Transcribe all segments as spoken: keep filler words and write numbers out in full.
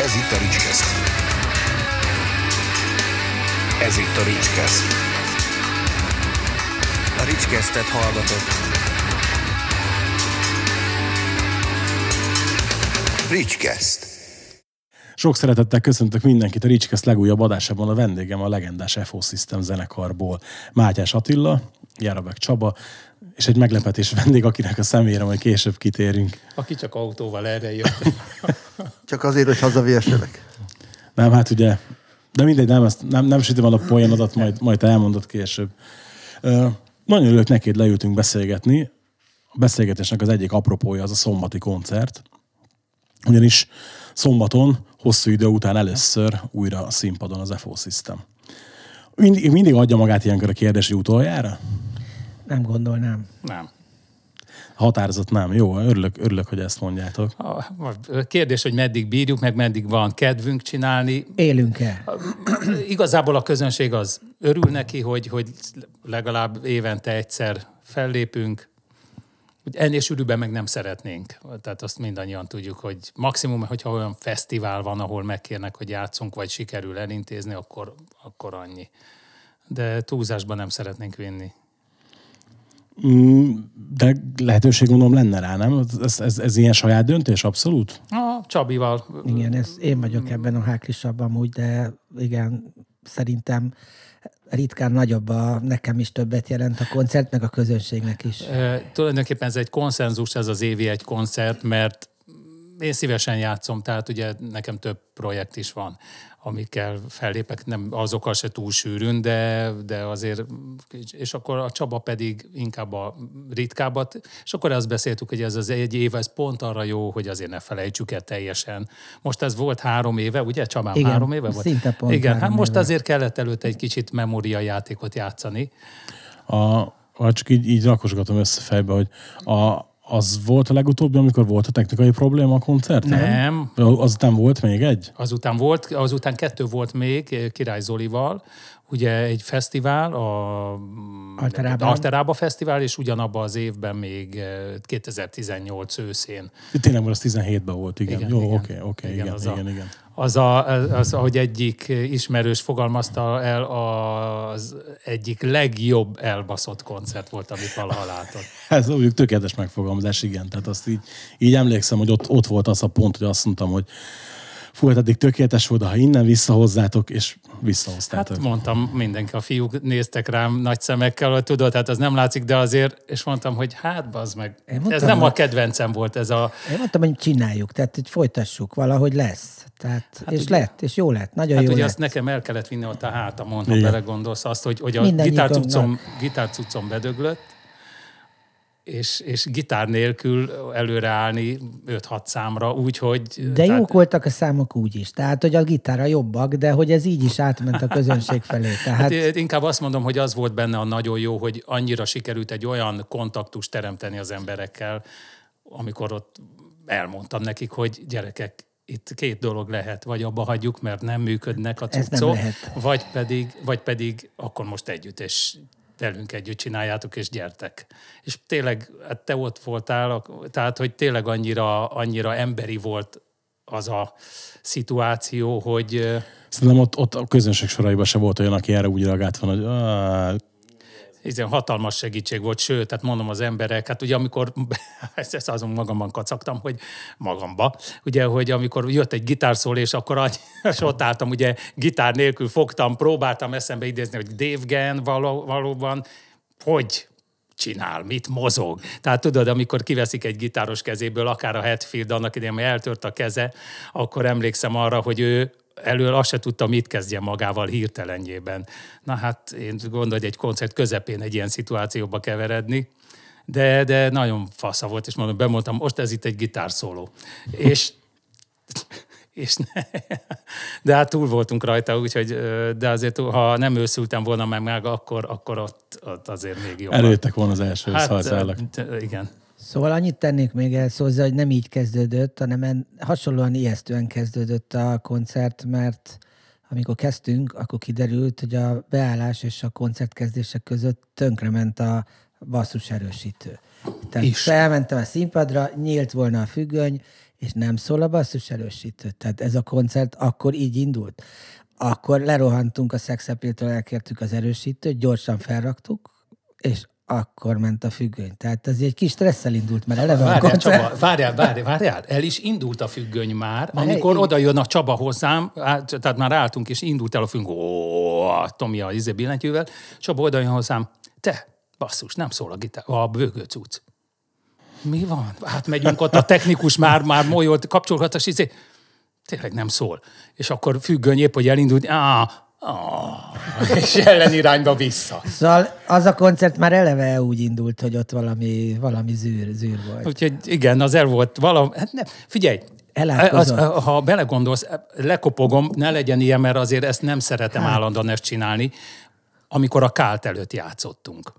Ez itt a Ricskeszt. Ez itt a Ricskeszt. A Ricskesztet hallgatott. Ricskeszt. Sok szeretettel köszöntök mindenkit a Ricskeszt legújabb adásában. A vendégem a legendás ef o System zenekarból Mátyás Attila, Jarabek Csaba, és egy meglepetés vendég, akinek a személyre majd később kitérünk. Aki csak autóval erre jött. Csak azért, hogy hazavihessenek. Nem, hát ugye, de mindegy, nem, ezt, nem, nem sütöm el a poénodat, majd, majd te elmondod később. Uh, nagyon örülök neki, hogy leültünk beszélgetni. A beszélgetésnek az egyik apropója az a szombati koncert. Ugyanis szombaton, hosszú idő után először újra a színpadon az ef o System. Mindig, mindig adja magát ilyenkor a kérdés, hogy utoljára? Nem gondolnám. Nem. Határozott nem. Jó, örülök, örülök, hogy ezt mondjátok. A kérdés, hogy meddig bírjuk, meg meddig van kedvünk csinálni. Élünk-e? Igazából a közönség az örül neki, hogy, hogy legalább évente egyszer fellépünk. Ennél sűrűbben meg nem szeretnénk. Tehát azt mindannyian tudjuk, hogy maximum, hogyha olyan fesztivál van, ahol megkérnek, hogy játszunk, vagy sikerül elintézni, akkor, akkor annyi. De túlzásban nem szeretnénk vinni. De lehetőség gondolom lenne rá, nem? Ez, ez, ez ilyen saját döntés, abszolút? A Csabival. Igen, ez, én vagyok ebben a háklisabb amúgy, de igen, szerintem ritkán nagyobb a, nekem is többet jelent a koncert, meg a közönségnek is. E, tulajdonképpen ez egy konszenzus, ez az évi egy koncert, mert én szívesen játszom, tehát ugye nekem több projekt is van, amikkel fellépek, nem azokkal se túl sűrűn, de, de azért, és akkor a Csaba pedig inkább a ritkábbat, és akkor azt beszéltük, hogy ez az egy év, ez pont arra jó, hogy azért ne felejtsük el teljesen. Most ez volt három éve, ugye Csabám? Igen, három éve volt? Szinte pont Igen, hát három most éve. azért kellett előtte egy kicsit memóriajátékot játszani. A, csak így, így rakosgatom össze fejbe, hogy a az volt a legutóbbi, amikor volt a technikai probléma a koncerten? Nem. Azután volt még egy? Azután volt, azután kettő volt még Király Zolival, ugye egy fesztivál, a Alterában. Alterába fesztivál, és ugyanabban az évben még kétezer-tizennyolc őszén. Tényleg már az tizenhétben volt, igen. igen Jó, igen. oké, oké, igen, az igen, a, igen. Az, a, az, ahogy egyik ismerős fogalmazta el, az egyik legjobb elbaszott koncert volt, amit valaha látott. Ez úgy tökéletes megfogalmazás, igen. Tehát azt így, így emlékszem, hogy ott, ott volt az a pont, hogy azt mondtam, hogy fú, hát eddig tökéletes volt, de ha innen visszahozzátok, és visszahoztátok. Hát mondtam, mindenki, a fiúk néztek rám nagy szemekkel, hogy tudod, hát az nem látszik, de azért, és mondtam, hogy hát bazd meg, mondtam, ez nem a kedvencem volt, ez a... Én mondtam, hogy csináljuk, tehát hogy folytassuk, valahogy lesz. Tehát, hát és ugye, lett, és jó lett, nagyon hát jó ugye lett. azt nekem el kellett vinni ott a hátamon, ha belegondolsz azt, hogy, hogy a gitárcuccom, gitárcuccom bedöglött, és, és gitár nélkül előreállni öt-hat számra, úgyhogy... De tehát... jók voltak a számok úgy is, tehát hogy a gitára jobbak, de hogy ez így is átment a közönség felé. Tehát... Hát inkább azt mondom, hogy az volt benne a nagyon jó, hogy annyira sikerült egy olyan kontaktust teremteni az emberekkel, amikor ott elmondtam nekik, hogy gyerekek, itt két dolog lehet, vagy abba hagyjuk, mert nem működnek a cuccok, vagy pedig, vagy pedig akkor most együtt, és velünk együtt csináljátok, és gyertek. És tényleg, hát te ott voltál, tehát, hogy tényleg annyira, annyira emberi volt az a szituáció, hogy... Szerintem ott, ott a közönség soraiban se volt olyan, aki erre úgy reagált van, hogy... Áh... Ez hatalmas segítség volt, sőt, tehát mondom az emberek, hát ugye amikor, ezt azon magamban kacagtam, hogy magamba, ugye, hogy amikor jött egy gitárszól, és akkor annyi, és ott álltam, ugye gitár nélkül fogtam, próbáltam eszembe idézni, hogy Dave Gann való, valóban, hogy csinál, mit mozog. Tehát tudod, amikor kiveszik egy gitáros kezéből, akár a Hetfield, annak idején, mert eltört a keze, akkor emlékszem arra, hogy ő elől azt se tudta, mit kezdjen magával hirtelenjében. Na hát én gondolom, hogy egy koncert közepén egy ilyen szituációba keveredni, de, de nagyon fasza volt, és mondom, bemondtam, most ez itt egy gitárszóló. és, és ne, de hát túl voltunk rajta, úgyhogy, de azért, ha nem őszültem volna meg, meg akkor, akkor ott, ott azért még jobban. Előttek volna az első hát, szalcállak. Igen. Szóval annyit tennék még el hozzá, hogy nem így kezdődött, hanem hasonlóan ijesztően kezdődött a koncert, mert amikor kezdtünk, akkor kiderült, hogy a beállás és a koncertkezdések között tönkrement a basszus erősítő. Tehát is. felmentem a színpadra, nyílt volna a függöny, és nem szól a basszus erősítő. Tehát ez a koncert akkor így indult. Akkor lerohantunk a Sex Appeal-től, elkértük az erősítőt, gyorsan felraktuk, és akkor ment a függöny. Tehát ez egy kis stresszel indult, mert eleve várjál, a koncert... Csaba, várjál, várjál, várjál, el is indult a függöny már, Na, amikor hely, oda jön a Csaba hozzám, tehát már álltunk, és indult el a függöny, ó, Tomi a izé billentyűvel, Csaba oda jön hozzám, te, basszus, nem szól a gitár, a bőgő cucc. Mi van? Hát megyünk ott, a technikus már, már molyolt, kapcsolgatas, izé, tényleg nem szól. És akkor függöny épp, hogy elindult, áh, Ah, és ellenirányba vissza. Szóval az a koncert már eleve úgy indult, hogy ott valami, valami zűr, zűr volt. Úgyhogy igen, az el volt valami... Hát ne, figyelj, az, ha belegondolsz, lekopogom, ne legyen ilyen, mert azért ezt nem szeretem hát. állandóan ezt csinálni, amikor a Kált előtt játszottunk.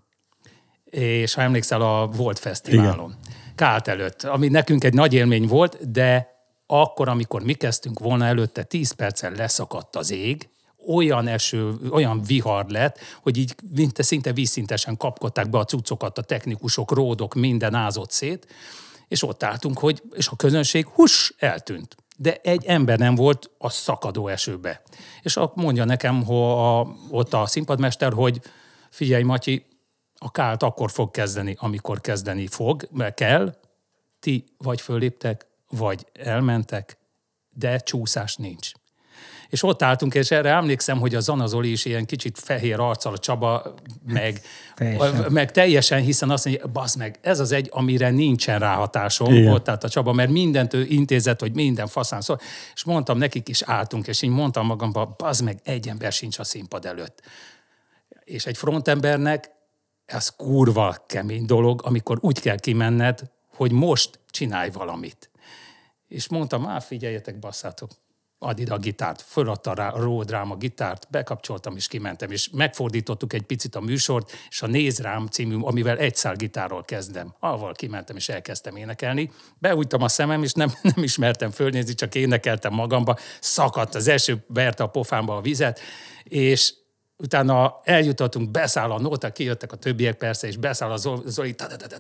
És ha emlékszel, a Volt Fesztiválon. Igen. Kált előtt, ami nekünk egy nagy élmény volt, de akkor, amikor mi kezdtünk volna előtte, tíz perccel leszakadt az ég, olyan eső, olyan vihar lett, hogy így mint szinte vízszintesen kapkodták be a cuccokat, a technikusok, ródok, minden ázott szét, és ott álltunk, hogy, és a közönség hus, eltűnt. De egy ember nem volt a szakadó esőbe. És akkor mondja nekem hogy a, ott a színpadmester, hogy figyelj, Matyi, a Kált akkor fog kezdeni, amikor kezdeni fog, mert kell, ti vagy föléptek, vagy elmentek, de csúszás nincs. És ott álltunk, és erre emlékszem, hogy a Zana Zoli is ilyen kicsit fehér arccal, a Csaba, meg teljesen, meg teljesen hiszen azt mondja, bassz meg, ez az egy, amire nincsen ráhatásom. Igen. Ott állt a Csaba, mert mindent ő intézett, hogy minden faszán szól. És mondtam nekik is, álltunk, és így mondtam magamban, bassz meg, egy ember sincs a színpad előtt. És egy frontembernek ez kurva kemény dolog, amikor úgy kell kimenned, hogy most csinálj valamit. És mondtam, á, figyeljetek, basszátok, add ide a gitárt, föladta rá, ród rám a gitárt, bekapcsoltam és kimentem, és megfordítottuk egy picit a műsort, és a Néz rám című, amivel egy szál gitárral kezdem, avval kimentem és elkezdtem énekelni. Beújtam a szemem, és nem, nem ismertem fölnézni, csak énekeltem magamba, szakadt az eső, verte a pofámba a vizet, és utána eljutottunk, beszáll a nóta, kijöttek a többiek persze, és beszáll a Zoli,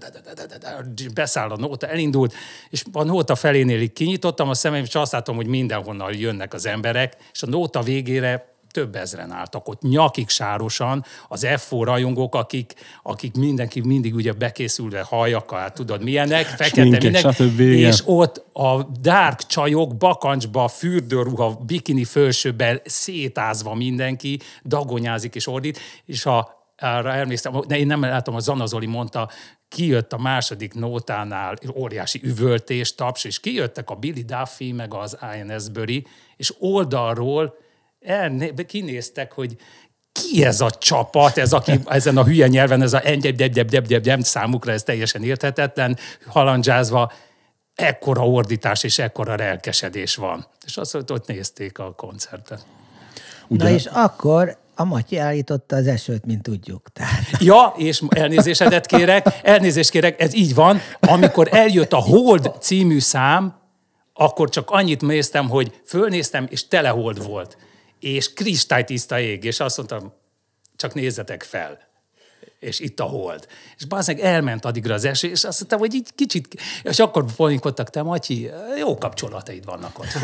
beszáll a nóta, elindult, és a nóta felénél így kinyitottam a szemem, és azt látom, hogy mindenhonnan jönnek az emberek, és a nóta végére több ezren álltak ott, nyakig sárosan, az ef o rajongók, akik, akik mindenki mindig ugye bekészülve halljakkal, hát tudod milyenek, fekete mindenki, és ott a dark csajok bakancsba, fürdőruha, bikini fölsőben szétázva mindenki, dagonyázik és ordít, és a, arra emlékszem, én nem látom, a Zana Zoli mondta, kijött a második nótánál, óriási üvöltés, taps, és kijöttek a Billy Duffy, meg az Ian Astbury, és oldalról El, kinéztek, hogy ki ez a csapat, ez aki ezen a hülye nyelven, ez a engyeb-gyeb-gyeb-gyeb-gyeb, számukra ez teljesen érthetetlen, halandzsázva, ekkora ordítás és ekkora relkesedés van. És azt mondta, ott nézték a koncertet. Ugye? Na és akkor a Matyi állította az esőt, mint tudjuk. Tehát... Ja, és elnézésedet kérek, elnézést kérek, ez így van, amikor eljött a Hold című szám, akkor csak annyit néztem, hogy fölnéztem, és tele Hold volt. És kristálytiszta ég, és azt mondtam, csak nézzetek fel. És itt a Hold. És bazdmeg elment addigra az eső, és azt mondtam, hogy így kicsit... És akkor folyinkodtak, te Matyi, jó kapcsolataid vannak ott.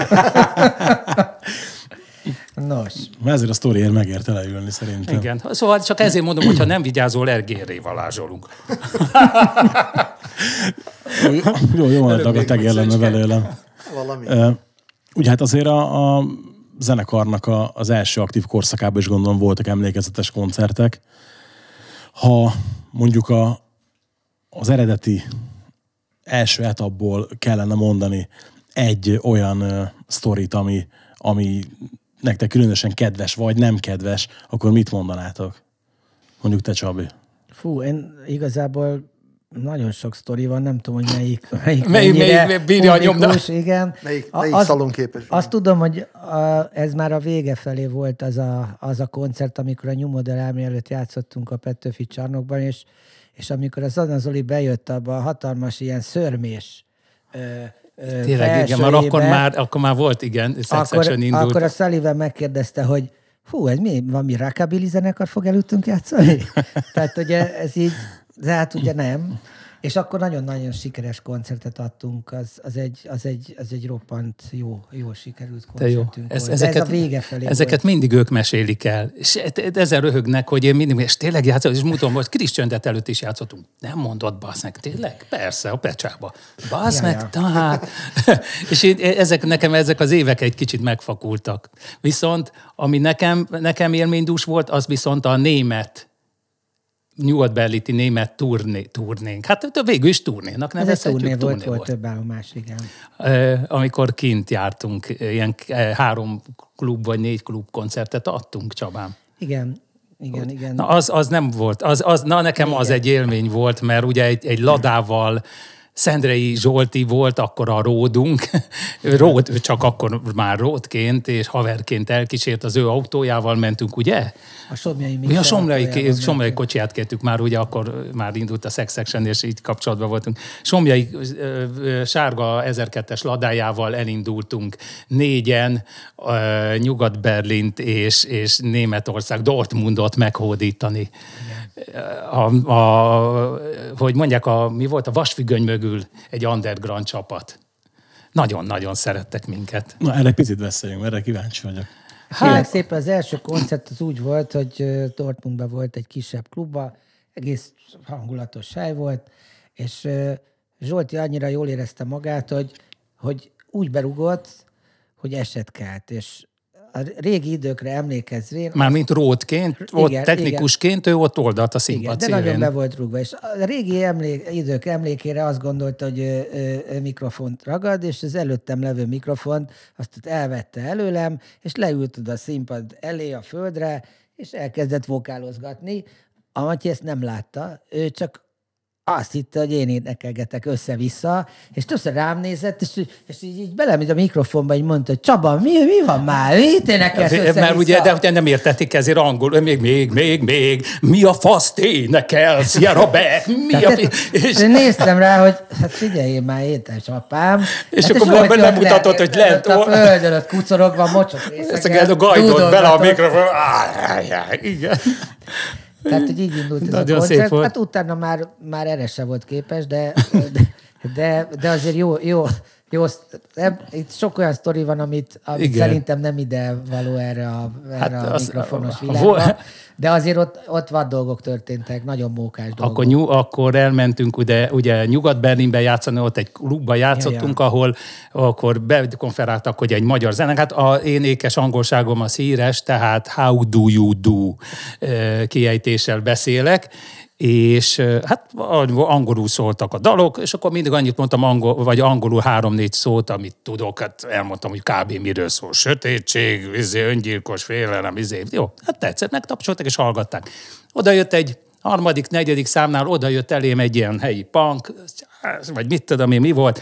Nos. Ezért a sztoriért megérte leülni szerintem. Igen. Szóval csak ezért mondom, hogyha nem vigyázol, ergérré valázsolunk. jó, jó van, a tegér lenne belőlem. Valami. Uh, ugye hát azért a, a zenekarnak a, az első aktív korszakában is gondolom voltak emlékezetes koncertek. Ha mondjuk a, az eredeti első etapból kellene mondani egy olyan uh, sztorit, ami, ami nektek különösen kedves, vagy nem kedves, akkor mit mondanátok? Mondjuk te, Csabi. Fú, én igazából nagyon sok sztori van, nem tudom, hogy melyik, melyik, melyik, melyik bírja a nyomdát. Igen. Melyik, melyik az, szalonképes? Azt tudom, hogy a, ez már a vége felé volt az a, az a koncert, amikor a New Model Army előtt játszottunk a Petőfi csarnokban, és, és amikor a Zana Zoli bejött abba a hatalmas ilyen szörmés ö, ö, Tényleg, igen, már akkor, már akkor már volt, igen, szexesen indult. Akkor a Sullivan megkérdezte, hogy hú, ez mi? Valami rockabilly zenekar fog előttünk játszani? Tehát ugye ez így, de hát ugye nem. És akkor nagyon-nagyon sikeres koncertet adtunk, az, az, egy, az, egy, az egy roppant jó, jó sikerült De jó. koncertünk Ez, volt. ezeket, De ez a vége felé ezeket volt. mindig ők mesélik el. És ezen röhögnek, hogy én mindig, és tényleg játszom, és mutatom, hogy Krisztöndet előtt is játszottunk. Nem mondod, bassz meg, tényleg? Persze, a Pecsába. Bassz Ja, meg, ja. tehát. És én, ezek, nekem ezek az évek egy kicsit megfakultak. Viszont, ami nekem, nekem élménydús volt, az viszont a német nyugat-berliti német turné, turnénk. Hát végül is turnénak Ez egy nevezhetjük. turné volt, turné volt több állomás, igen. Eh, amikor kint jártunk, ilyen eh, három klub vagy négy klub koncertet adtunk, Csabám. Igen, igen, igen. Na az, az nem volt, az, az, na nekem az egy élmény volt, mert ugye egy, egy ladával Szendrei Zsolti volt akkor a ródunk, ród, ő csak akkor már ródként és haverként elkísért, az ő autójával mentünk, ugye? A Somlyai Mi a Somlyai, autójában Somlyai mentünk. kocsiját kértük már, ugye akkor már indult a Sex Action, és így kapcsolatban voltunk. Somlyai ö, ö, sárga ezerkettes ladájával elindultunk négyen ö, Nyugat-Berlint és, és Németország, Dortmundot meghódítani. A, a, hogy mondják, a, mi volt a vasfüggöny mögül egy underground csapat. Nagyon-nagyon szerettek minket. Na, erre picit beszéljünk, erre kíváncsi vagyok. Kérlek szépen az első koncert az úgy volt, hogy ö, Dortmundban volt egy kisebb klubba, egész hangulatos hely volt, és ö, Zsolti annyira jól érezte magát, hogy, hogy úgy berugott, hogy eset kelt, és a régi időkre emlékezvén... Mármint ródként, ott Igen, technikusként, ő ott oldalt a Igen, színpad de nagyon szélén. be volt rúgva. És a régi emlék, idők emlékére azt gondolta, hogy ő, ő, ő mikrofont ragad, és az előttem levő mikrofont azt ott elvette előlem, és leült oda a színpad elé a földre, és elkezdett vokálozgatni. A Matyi ezt nem látta, ő csak azt hitte, hogy én énekelgetek össze-vissza, és többször rám nézett, és, és így, így belemegy a mikrofonba, így mondta, hogy Csaba, mi, mi van már? Mit énekelsz össze-vissza? Mert ugye, de ugye nem értették, ezért angol, még, még, még, még, mi a faszt énekelsz, gyere be, mi a... Tehát, és én néztem rá, hogy hát figyeljél már, édesapám. És hát akkor Zsolti nem ott mutatott, le- hogy lehet- ott a földön, ott kucorogva, mocsok Ezt részegen. a gajdott bele a dúdolgatott. mikrofon. Áj, áj, igen. Tehát, hogy így indult ez Nagyon a szép koncert. volt. Hát utána már, már erre se volt képes, de, de, de, de azért jó, jó, jó, itt sok olyan sztori van, amit, amit Igen. szerintem nem ide való erre a, erre Hát a az- mikrofonos a- világba. De azért ott, ott vad dolgok történtek, nagyon mókás dolgok. Akkor, nyú, akkor elmentünk ugye, ugye Nyugat-Berlinbe játszani, ott egy klubban játszottunk, Ja, ja. ahol akkor bekonferáltak, hogy egy magyar zene. Hát a én ékes angolságom az híres, tehát how do you do eh, kiejtéssel beszélek, és eh, hát angolul szóltak a dalok, és akkor mindig annyit mondtam, angol, vagy angolul három-négy szót, amit tudok, hát elmondtam, hogy kb. Miről szól. Sötétség, izé, öngyilkos, félelem, izé. Jó, hát tetszett, megtapsoltak és hallgatták. Oda jött egy harmadik, negyedik számnál, oda jött elém egy ilyen helyi punk, vagy mit tudom én, mi volt,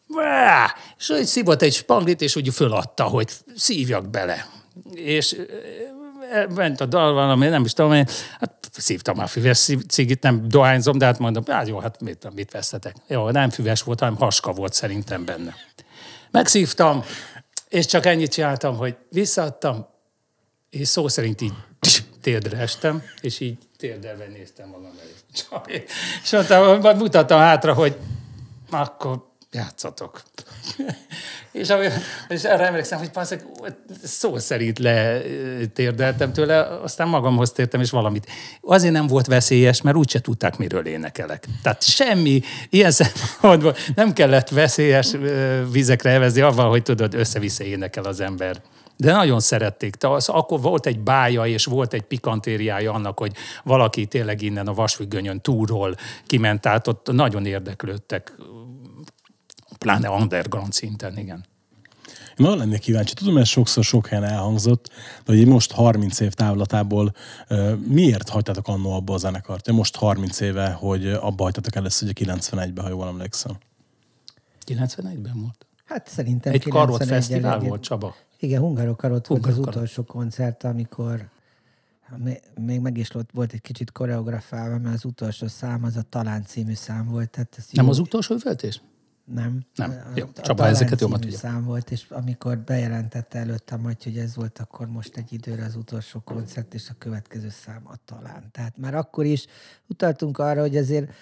és úgy szívott egy spanglit, és úgy föladta, hogy szívjak bele. És ment a dal valami, nem is tudom én, hát szívtam már füves cigit, nem dohányzom, de hát mondom, hát jó, hát mit, mit vesztetek? Jó, nem füves volt, hanem haska volt szerintem benne. Megszívtam, és csak ennyit csináltam, hogy visszaadtam, és szó szerint így térdre estem, és így térdelve néztem magam elé. És mondtam, majd mutattam hátra, hogy akkor játszatok. és, és erre emlékszem, hogy passzak, szó szerint letérdeltem tőle, aztán magamhoz tértem, és valamit. Azért nem volt veszélyes, mert úgyse tudták, miről énekelek. Tehát semmi, ilyen szempontból nem kellett veszélyes vizekre elvezni avval, hogy tudod, össze-vissza énekel az ember. De nagyon szerették. Tehát az, akkor volt egy bája, és volt egy pikantériája annak, hogy valaki tényleg innen a vasfüggönyön túlról kiment, tehát ott nagyon érdeklődtek, pláne underground szinten, igen. Én arra lennék kíváncsi, tudom, ez sokszor sok helyen elhangzott, de hogy most harminc év távlatából uh, miért hagytátok annó abba a zenekart? Most harminc éve, hogy abba hagytátok először, ugye kilencvenegyben, ha jól emlékszem. kilencvenegyben volt? Hát szerintem Egy karot kilencvenegy fesztivál elég- volt, Csaba. Igen, Hungarokarot volt az Hungarokarot. utolsó koncert, amikor még meg is volt egy kicsit koreografálva, mert az utolsó szám az a Talán című szám volt. Tehát ez Nem jó- az utolsó üvöltés? Nem. Nem. A- Jó, a Csaba, Talán ezeket jobban című tudja. szám volt, és amikor bejelentette előttem, hogy ez volt akkor most egy időre az utolsó koncert, és a következő szám a Talán. Tehát már akkor is utaltunk arra, hogy azért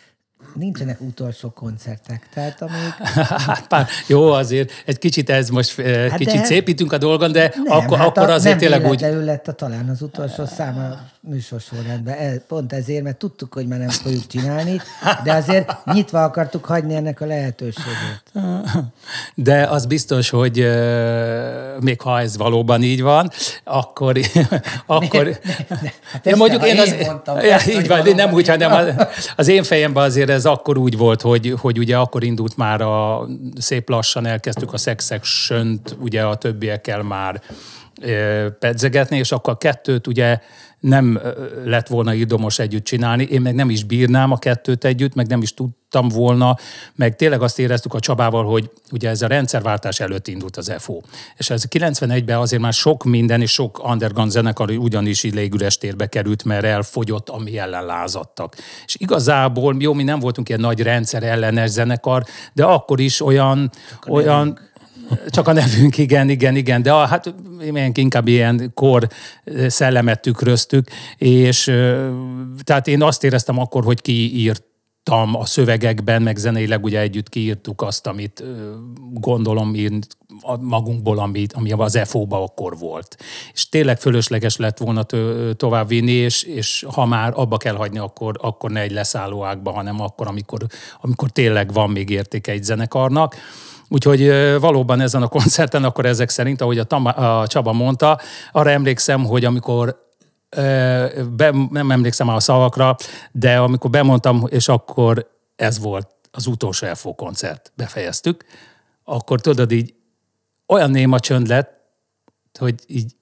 nincsenek utolsó koncertek. Tehát amíg... Hát, pár, jó, azért egy kicsit ez most hát kicsit de... szépítünk a dolgon, de nem, akkor, hát akkor a, azért tényleg úgy... Nem lett a talán az utolsó száma műsorsorrendben. Ez, pont ezért, mert tudtuk, hogy már nem fogjuk csinálni, de azért nyitva akartuk hagyni ennek a lehetőségét. De az biztos, hogy euh, még ha ez valóban így van, akkor... akkor ne, ne, ne. Hát ja, mondjuk én, az, én mondtam, ja, ezt, így van, nem úgy, hanem az, az én fejemben azért ez akkor úgy volt, hogy, hogy ugye akkor indult már a szép lassan elkezdtük a Sex Section-t, ugye a többiekkel már e, pedzegetni, és akkor a kettőt ugye nem lett volna ildomos együtt csinálni, én meg nem is bírnám a kettőt együtt, meg nem is tudtam volna, meg tényleg azt éreztük a Csabával, hogy ugye ez a rendszerváltás előtt indult az ef o. És ez kilencvenegyben azért már sok minden, és sok underground zenekar ugyanis így légüres térbe került, mert elfogyott, ami ellen lázadtak. És igazából, jó, mi nem voltunk ilyen nagy rendszer ellenes zenekar, de akkor is olyan, olyan csak a nevünk, igen, igen, igen, de a, hát inkább ilyen kor szellemet tükröztük, és tehát én azt éreztem akkor, hogy kiírtam a szövegekben, meg zeneileg ugye együtt kiírtuk azt, amit gondolom én magunkból, amit, ami az ef o-ban akkor volt. És tényleg fölösleges lett volna tovább vinni, és, és ha már abba kell hagyni, akkor, akkor ne egy leszálló ágba, hanem akkor, amikor, amikor tényleg van még értéke egy zenekarnak. Úgyhogy valóban ezen a koncerten akkor ezek szerint, ahogy a, Tama, a Csaba mondta, arra emlékszem, hogy amikor, be, nem emlékszem a szavakra, de amikor bemondtam, és akkor ez volt az utolsó ef o koncert, befejeztük, akkor tudod így, olyan néma csönd lett, hogy így...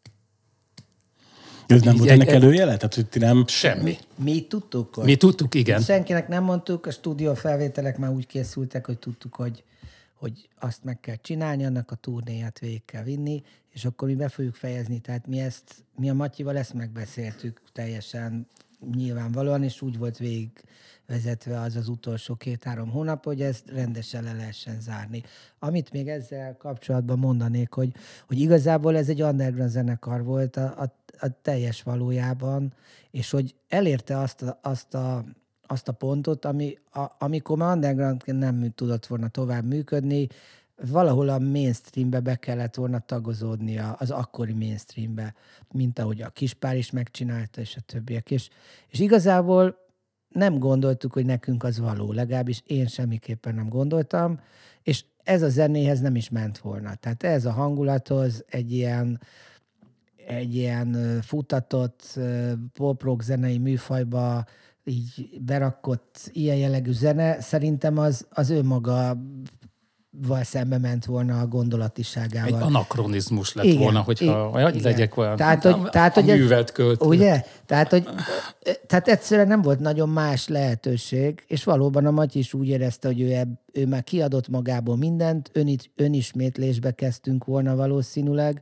Ez nem volt ennek előjele? Tehát, hogy ti nem... Semmi. Mi, mi tudtuk, hogy... Mi tudtuk, igen. Senkinek nem mondtuk, a stúdió felvételek már úgy készültek, hogy tudtuk, hogy hogy azt meg kell csinálni, annak a turnéját végig kell vinni, és akkor mi be fogjuk fejezni. Tehát mi ezt, mi a Matyival ezt megbeszéltük teljesen nyilvánvalóan, és úgy volt végigvezetve az az utolsó két-három hónap, hogy ezt rendesen le lehessen zárni. Amit még ezzel kapcsolatban mondanék, hogy, hogy igazából ez egy underground zenekar volt a, a, a teljes valójában, és hogy elérte azt a, azt a azt a pontot, ami, a, amikor már undergroundként nem tudott volna tovább működni, valahol a mainstreambe be kellett volna tagozódnia, az akkori mainstreambe, mint ahogy a Kispár is megcsinálta, és a többiek is. És igazából nem gondoltuk, hogy nekünk az való, legalábbis én semmiképpen nem gondoltam, és ez a zenéhez nem is ment volna. Tehát ez a hangulathoz egy ilyen, egy ilyen futatott pop-rock zenei műfajba így berakott ilyen jellegű zene, szerintem az, az önmagával szembe ment volna a gondolatiságával. Egy anakronizmus lett igen, volna, hogyha igen. legyek olyan tehát, hogy, a, tehát, a hogy művelt költő. Ugye? Tehát, hogy, tehát egyszerűen nem volt nagyon más lehetőség, és valóban a Matyi is úgy érezte, hogy ő, ebb, ő már kiadott magából mindent, ön, önismétlésbe kezdtünk volna valószínűleg,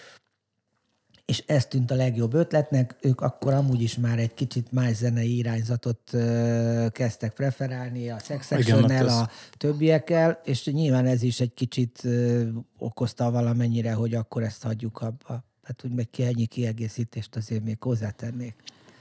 és ez tűnt a legjobb ötletnek, ők akkor amúgy is már egy kicsit más zenei irányzatot uh, kezdtek preferálni, a Sex Section-nel, a többiekkel, és nyilván ez is egy kicsit uh, okozta valamennyire, hogy akkor ezt hagyjuk abba. Hát úgy meg ki ennyi kiegészítést azért még hozzátennék.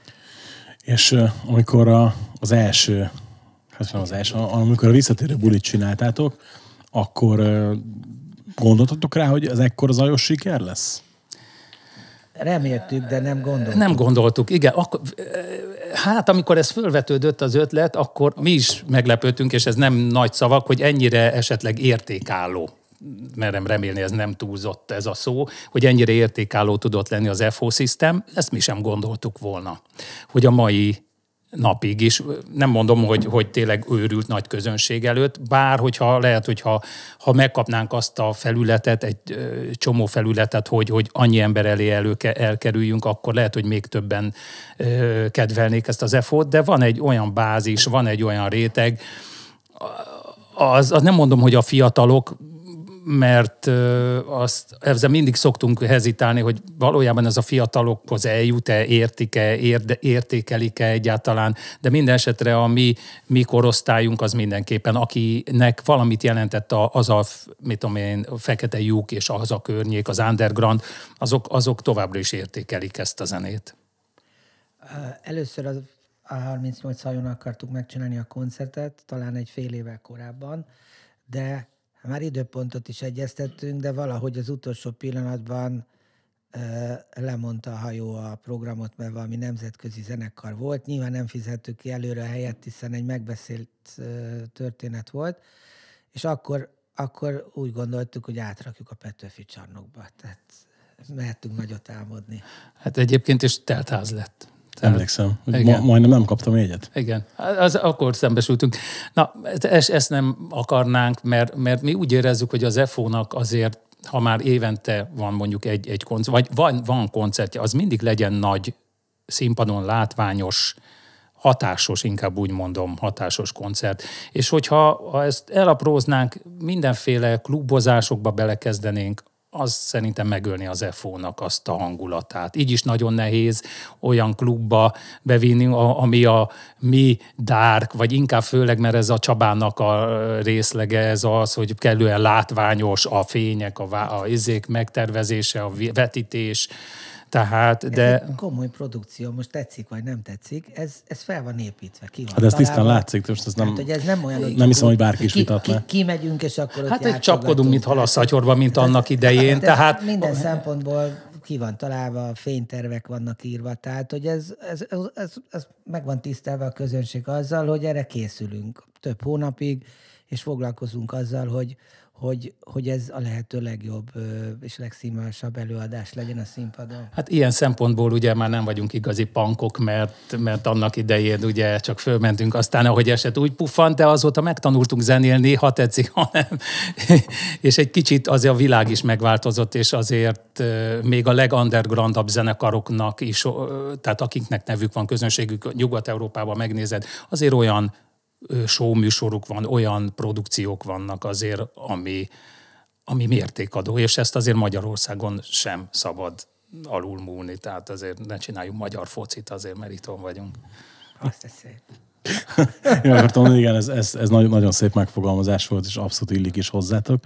És uh, amikor a, az első, hát nem az első, amikor a visszatérő bulit csináltátok, akkor uh, gondoltatok rá, hogy az ekkor zajos siker lesz? Reméltük, de nem gondoltuk. Nem gondoltuk, igen. Akkor, hát amikor ez fölvetődött az ötlet, akkor mi is meglepődtünk, és ez nem nagy szavak, hogy ennyire esetleg értékálló. Merem remélni, ez nem túlzott ez a szó, hogy ennyire értékálló tudott lenni az ef o System, ezt mi sem gondoltuk volna. Hogy a mai napig is, nem mondom, hogy, hogy tényleg őrült nagy közönség előtt, bár hogyha lehet, hogyha ha megkapnánk azt a felületet, egy ö, csomó felületet, hogy, hogy annyi ember elé előke, elkerüljünk, akkor lehet, hogy még többen ö, kedvelnék ezt az ef o-t, de van egy olyan bázis, van egy olyan réteg, az, az nem mondom, hogy a fiatalok, mert azt, ezzel mindig szoktunk hezitálni, hogy valójában ez a fiatalokhoz eljut-e, értik-e, érde, értékelik-e egyáltalán, de minden esetre a mi, mi korosztályunk az mindenképpen, akinek valamit jelentett az a, mit tudom én, a Fekete lyuk és az a környék, az underground, azok, azok továbbra is értékelik ezt a zenét. Először az á harmincnyolc hajón akartuk megcsinálni a koncertet, talán egy fél évvel korábban, de már időpontot is egyeztettünk, de valahogy az utolsó pillanatban lemondta a hajó a programot, mert valami nemzetközi zenekar volt. Nyilván nem fizettük ki előre a helyet, hiszen egy megbeszélt történet volt, és akkor, akkor úgy gondoltuk, hogy átrakjuk a Petőfi csarnokba. Tehát mehetünk nagyot álmodni. Hát egyébként is teltház lett. Emlékszem, hogy ma, majdnem nem kaptam jegyet. Igen, az, akkor szembesültünk. Na, ezt, ezt nem akarnánk, mert, mert mi úgy érezzük, hogy az ef o-nak azért, ha már évente van mondjuk egy, egy koncert, vagy van, van koncertje, az mindig legyen nagy színpadon, látványos, hatásos, inkább úgy mondom, hatásos koncert. És hogyha ha ezt elapróznánk, mindenféle klubozásokba belekezdenénk, az szerintem megölni az ef o-nak azt a hangulatát. Így is nagyon nehéz olyan klubba bevinni, ami a mi dark, vagy inkább főleg, mert ez a Csabának a részlege, ez az, hogy kellően látványos a fények, a, a izék megtervezése, a vetítés, tehát, de... Ez egy komoly produkció, most tetszik vagy nem tetszik, ez, ez fel van építve, ki van Hát ez találva. tisztán látszik, most ez nem, hát, hogy ez nem olyan, hogy nem hiszem, hogy bárki is vitatná. Ki, ki, kimegyünk, és akkor ott Hát egy csapkodunk, mint halaszszatyorban, mint annak idején. Tehát, tehát minden szempontból ki van találva, fénytervek vannak írva, tehát hogy ez, ez, ez, ez, ez meg van tisztelve a közönség azzal, hogy erre készülünk több hónapig, és foglalkozunk azzal, hogy Hogy, hogy ez a lehető legjobb és legszínvonalasabb előadás legyen a színpadon. Hát ilyen szempontból ugye már nem vagyunk igazi punkok, mert, mert annak idején ugye csak fölmentünk, aztán ahogy eset úgy puffant, de azóta megtanultunk zenélni, ha tetszik, ha nem. És egy kicsit azért a világ is megváltozott, és azért még a legundergroundabb zenekaroknak is, tehát akiknek nevük van, közönségük, Nyugat-Európában megnézed, azért olyan show műsoruk van, olyan produkciók vannak azért, ami, ami mértékadó, és ezt azért Magyarországon sem szabad alulmúlni, tehát azért ne csináljunk magyar focit azért, mert itthon vagyunk. Azt ez szép. Én akartam mondani, igen, ez, ez, ez nagyon, nagyon szép megfogalmazás volt, és abszolút illik is hozzátok.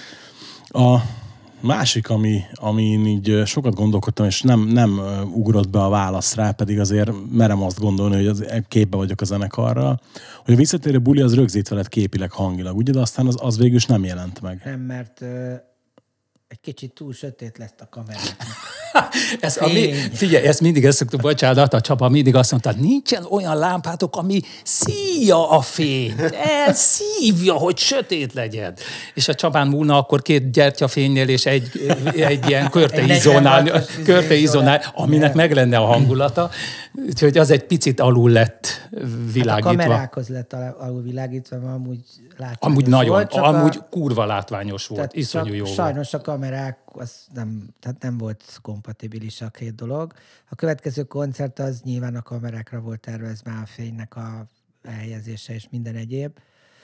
A másik, ami, amin így sokat gondolkodtam, és nem, nem ugrott be a válasz rá, pedig azért merem azt gondolni, hogy az, képbe vagyok a zenekarral, hogy a visszatérő buli az rögzítve lett képileg, hangilag, ugye, de aztán az, az végül is nem jelent meg. Nem, mert ö, egy kicsit túl sötét lesz a kameráknak. Ez a mi, figyelj, ezt mindig ezt szoktuk, bocsánat, a Csaba mindig azt mondta, nincsen olyan lámpátok, ami szívja a fényt, elszívja, hogy sötét legyen. És a Csabán múlna akkor két gyertyafénynél és egy, egy ilyen körteizonál, körteizonál, aminek meg lenne a hangulata. Úgyhogy az egy picit alul lett világítva. Hát a kamerákhoz lett alul világítva, mert amúgy látványos amúgy nagyon, volt. amúgy a... kurva látványos volt, iszonyú jó volt. Sajnos a kamerák, az nem, tehát nem volt kompatibilis a két dolog. A következő koncert az nyilván a kamerákra volt tervezve, a fénynek a elhelyezése és minden egyéb.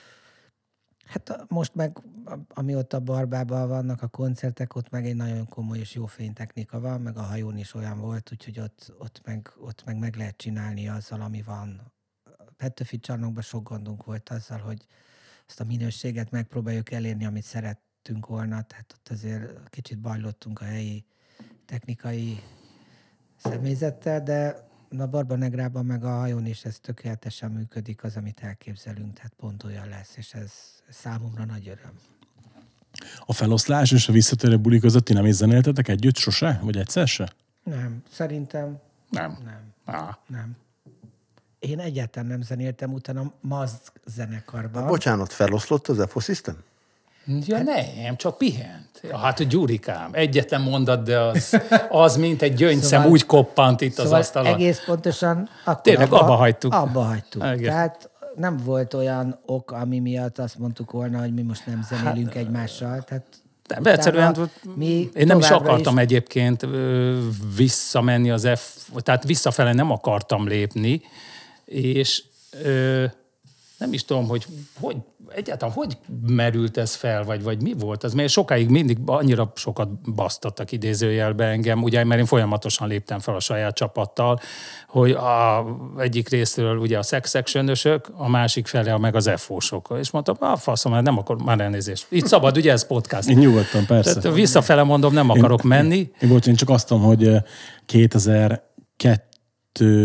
Hát most meg, amióta Barbában vannak a koncertek, ott meg egy nagyon komoly és jó fénytechnika van, meg a hajón is olyan volt, úgyhogy ott, ott, meg, ott meg meg lehet csinálni azzal, ami van. Petőfi csarnokban sok gondunk volt azzal, hogy azt a minőséget megpróbáljuk elérni, amit szerettünk volna, tehát ott azért kicsit bajlottunk a helyi technikai személyzettel, de a Barbanegrában meg a hajón is ez tökéletesen működik, az, amit elképzelünk, tehát pont olyan lesz, és ez számomra nagy öröm. A feloszlás és a visszatérő buli között ti nem is zenéltetek együtt sose? Vagy egyszer se? Nem, szerintem Nem. nem. Ah. Nem. Én egyáltalán nem zenéltem utána Mazd zenekarban. Bocsánat, feloszlott az ef o System? Ja nem, csak pihent. Ja, hát a Gyurikám, egyetlen mondat, de az, az mint egy gyöngyszem Szóval- úgy koppant itt Szóval az asztalon. egész pontosan akkor Tényleg abba hagytuk. Abba hagytuk. Igen. Tehát nem volt olyan ok, ami miatt azt mondtuk volna, hogy mi most nem zenélünk hát, egymással. Tehát De utána egyszerűen mi én nem is továbbra akartam egyébként ö, visszamenni az F, tehát visszafele nem akartam lépni, és ö, nem is tudom, hogy, hogy egyáltalán hogy merült ez fel, vagy, vagy mi volt ez, mert sokáig mindig annyira sokat basztattak idézőjelbe engem, ugye, mert én folyamatosan léptem fel a saját csapattal, hogy a egyik részről ugye a sex section-ösök, a másik fele meg az ef ó-sok. És mondtam, a faszom, már nem akar, már elnézést. Itt szabad, ugye ez podcast. Én nyugodtan, persze. Tehát visszafele mondom, nem akarok én, menni. Én, én, én csak azt tudom, hogy kétezer-kettő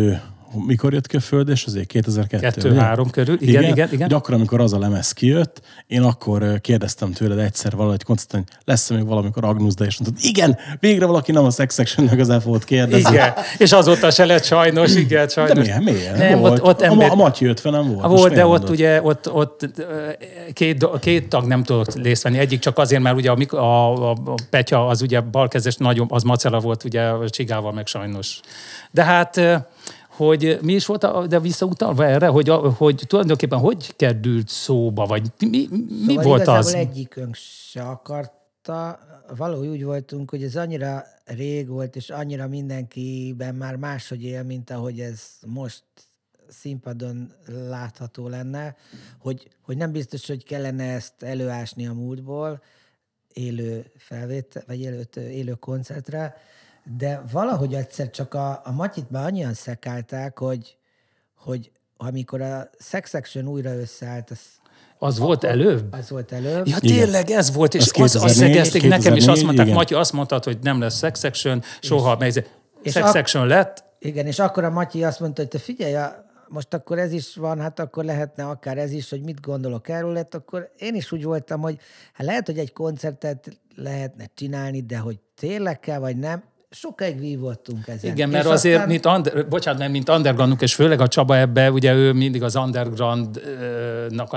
mikor jött ki a Föld, és azért kétezer-kettő. kettő-három körül, igen, igen, igen. igen. Hogy akkor, amikor az a lemez kijött, én akkor kérdeztem tőled egyszer valahogy koncerten, hogy lesz-e még valamikor Agnusda, és mondtad, igen, végre valaki nem a Sex Section-nek az F-ot kérdezni. Igen, és azóta se lett sajnos, igen, sajnos. De milyen, milyen? Nem, volt. Ott, ott ember... A, a Matyi ötven nem volt. Volt, de ott ugye ott, ott két, két tag nem tudott részt venni. Egyik csak azért, mert ugye a, a, a Petya az ugye balkezes, nagyon, az Macera volt ugye Csigával meg sajnos. De hát, hogy mi is volt, de visszautalva erre, hogy, hogy tulajdonképpen hogy került szóba, vagy mi, mi szóval volt az? Szóval egyikünk se akarta, valahogy úgy voltunk, hogy ez annyira rég volt, és annyira mindenkiben már máshogy él, mint ahogy ez most színpadon látható lenne, hogy, hogy nem biztos, hogy kellene ezt előásni a múltból, élő felvétel, vagy élő, élő koncertre, de valahogy egyszer csak a, a Matyit már annyian szekálták, hogy, hogy amikor a Sex Section újra összeállt, az, az volt előbb? Az volt előbb. Ja, tényleg ez volt, és az azt szegezték nekem, és azt mondták, igen. Matyi azt mondta, hogy nem lesz Sex Section, soha, és, mert és Sex ak- Section lett. Igen, és akkor a Matyi azt mondta, hogy te figyelj, most akkor ez is van, hát akkor lehetne akár ez is, hogy mit gondolok erről, lett, akkor én is úgy voltam, hogy hát lehet, hogy egy koncertet lehetne csinálni, de hogy tényleg kell, vagy nem, sokáig vívottunk ezen. Igen, mert és azért, aztán... mint, under, bocsánat, nem, mint undergroundunk, és főleg a Csaba ebbe, ugye ő mindig az undergroundnak a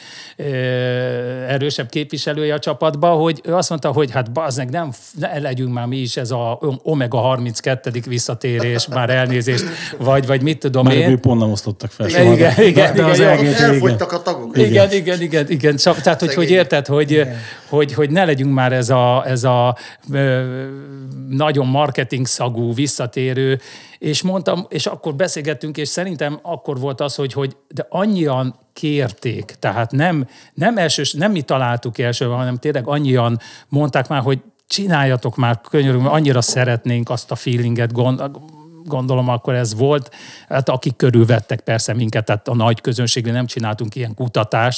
legerősebb képviselője a csapatban, hogy ő azt mondta, hogy hát bazdmeg, nem, ne legyünk már mi is ez a Omega harminckettedik visszatérés, már elnézést, vagy, vagy mit tudom már én. Már pont nem osztottak fel. Igen, igen, de, igen, de az igen, elgétő, elfogytak a tagok. Igen, igen, igen, igen, igen. Tehát, hogy, hogy érted, hogy, hogy, hogy ne legyünk már ez a, ez a ö, nagyon marketing szagú, visszatérő, és mondtam, és akkor beszélgettünk, és szerintem akkor volt az, hogy, hogy de annyian kérték, tehát nem, nem, elsős, nem mi találtuk elsőben, hanem tényleg annyian mondták már, hogy csináljatok már, könyörünk, annyira szeretnénk azt a feelinget, gond, gondolom akkor ez volt, hát akik körülvettek persze minket, tehát a nagy közönségre nem csináltunk ilyen kutatást,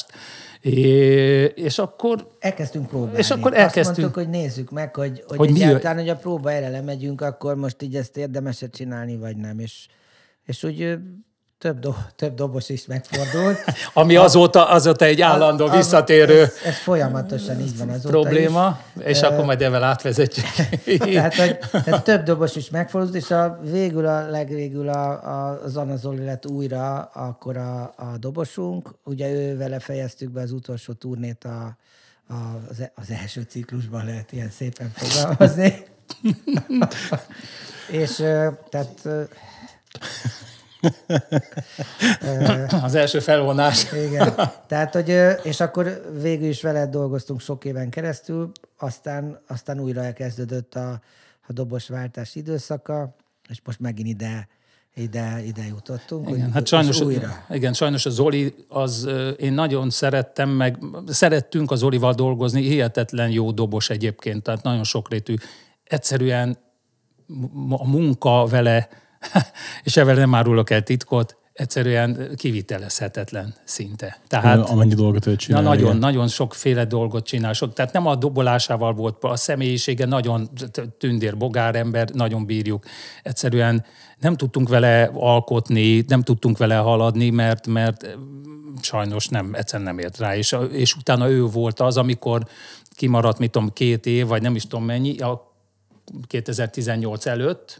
és akkor... Elkezdtünk próbálni. És akkor elkezdtünk. Azt mondtuk, hogy nézzük meg, hogy, hogy, hogy egyáltalán, mi... hogy a próba erre lemegyünk, akkor most így ezt érdemes-e csinálni, vagy nem. És, és úgy több, do, több dobos is megfordult. Ami azóta, azóta egy állandó az, visszatérő ez, ez folyamatosan így van azóta probléma, is. és uh, akkor majd ezzel átvezetjük. tehát, hogy, tehát több dobos is megfordult, és a végül, a legvégül a, a, az Anna Zoli lett újra akkor a, a dobosunk. Ugye ő vele fejeztük be az utolsó turnét a, a, az, az első ciklusban, lehet ilyen szépen fogalmazni. és tehát... Az első felvonás. Igen. Tehát, hogy, és akkor végül is vele dolgoztunk sok éven keresztül, aztán, aztán újra elkezdődött a, a dobosváltás időszaka, és most megint ide, ide, ide jutottunk. Igen, hogy, hát sajnos, újra. Igen, sajnos a Zoli, az, én nagyon szerettem, meg szerettünk az Zolival dolgozni, hihetetlen jó dobos egyébként, tehát nagyon sokrétű. Egyszerűen a munka vele, és ebben nem árulok el titkot, egyszerűen kivitelezhetetlen szinte. Tehát, amennyi dolgot ő csinál. Na, nagyon, nagyon sokféle dolgot csinál. Sok, tehát nem a dobolásával volt, a személyisége nagyon tündér, bogár ember, nagyon bírjuk. Egyszerűen nem tudtunk vele alkotni, nem tudtunk vele haladni, mert, mert sajnos nem, egyszerűen nem ért rá. És, és utána ő volt az, amikor kimaradt, mit tudom, két év, vagy nem is tudom mennyi, a kétezer-tizennyolc előtt,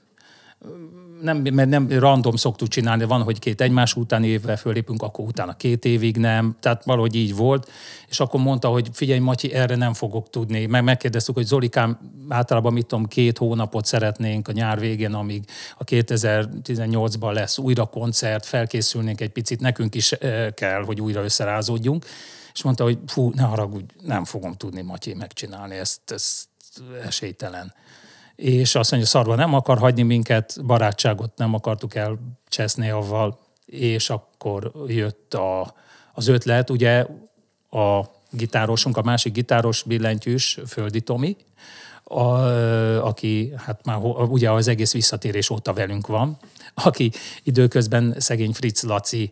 nem, mert nem random szoktuk csinálni, van, hogy két egymás utáni évvel fölépünk, akkor utána két évig nem, tehát valahogy így volt, és akkor mondta, hogy figyelj Matyi, erre nem fogok tudni. Meg megkérdeztük, hogy Zolikám, általában mit tudom, két hónapot szeretnénk a nyár végén, amíg a kétezer-tizennyolcban lesz újra koncert, felkészülnénk egy picit, nekünk is kell, hogy újra összerázódjunk, és mondta, hogy fú, ne haragudj, nem fogom tudni Matyi megcsinálni, ezt, ezt esélytelen. És azt mondja, szarva nem akar hagyni minket, barátságot nem akartuk elcseszni avval, és akkor jött a, az ötlet, ugye a gitárosunk, a másik gitáros billentyűs, Földi Tomi, a, aki hát már ugye az egész visszatérés óta velünk van, aki időközben szegény Fritz Laci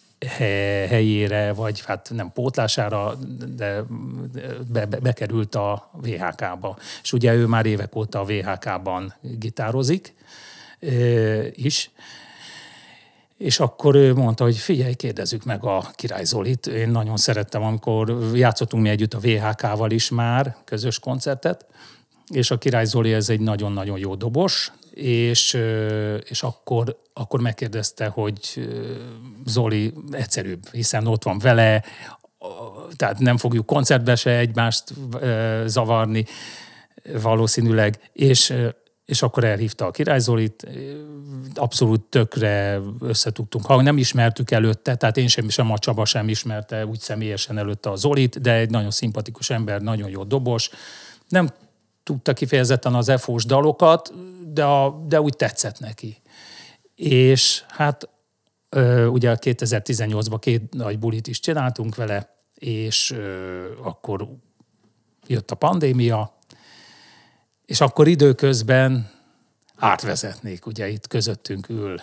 helyére, vagy hát nem pótlására, de be, be, bekerült a vé há ká-ba. És ugye ő már évek óta a vé há ká-ban gitározik e, is. És akkor ő mondta, hogy figyelj, kérdezzük meg a Király Zolit. Én nagyon szerettem, amikor játszottunk mi együtt a vé há ká-val is már közös koncertet, és a Király Zoli ez egy nagyon-nagyon jó dobos, és, és akkor, akkor megkérdezte, hogy Zoli egyszerűbb, hiszen ott van vele, tehát nem fogjuk koncertbe se egymást zavarni valószínűleg, és és akkor elhívta a Király Zolit, abszolút tökre összetudtunk. Ha nem ismertük előtte, tehát én sem, sem a Csaba sem ismerte úgy személyesen előtte a Zolit, de egy nagyon szimpatikus ember, nagyon jó dobos. Nem tudta kifejezetten az ef ó-s dalokat, de, a, de úgy tetszett neki. És hát ugye kétezer-tizennyolcban két nagy bulit is csináltunk vele, és akkor jött a pandémia, és akkor időközben átvezetnék, ugye itt közöttünk ül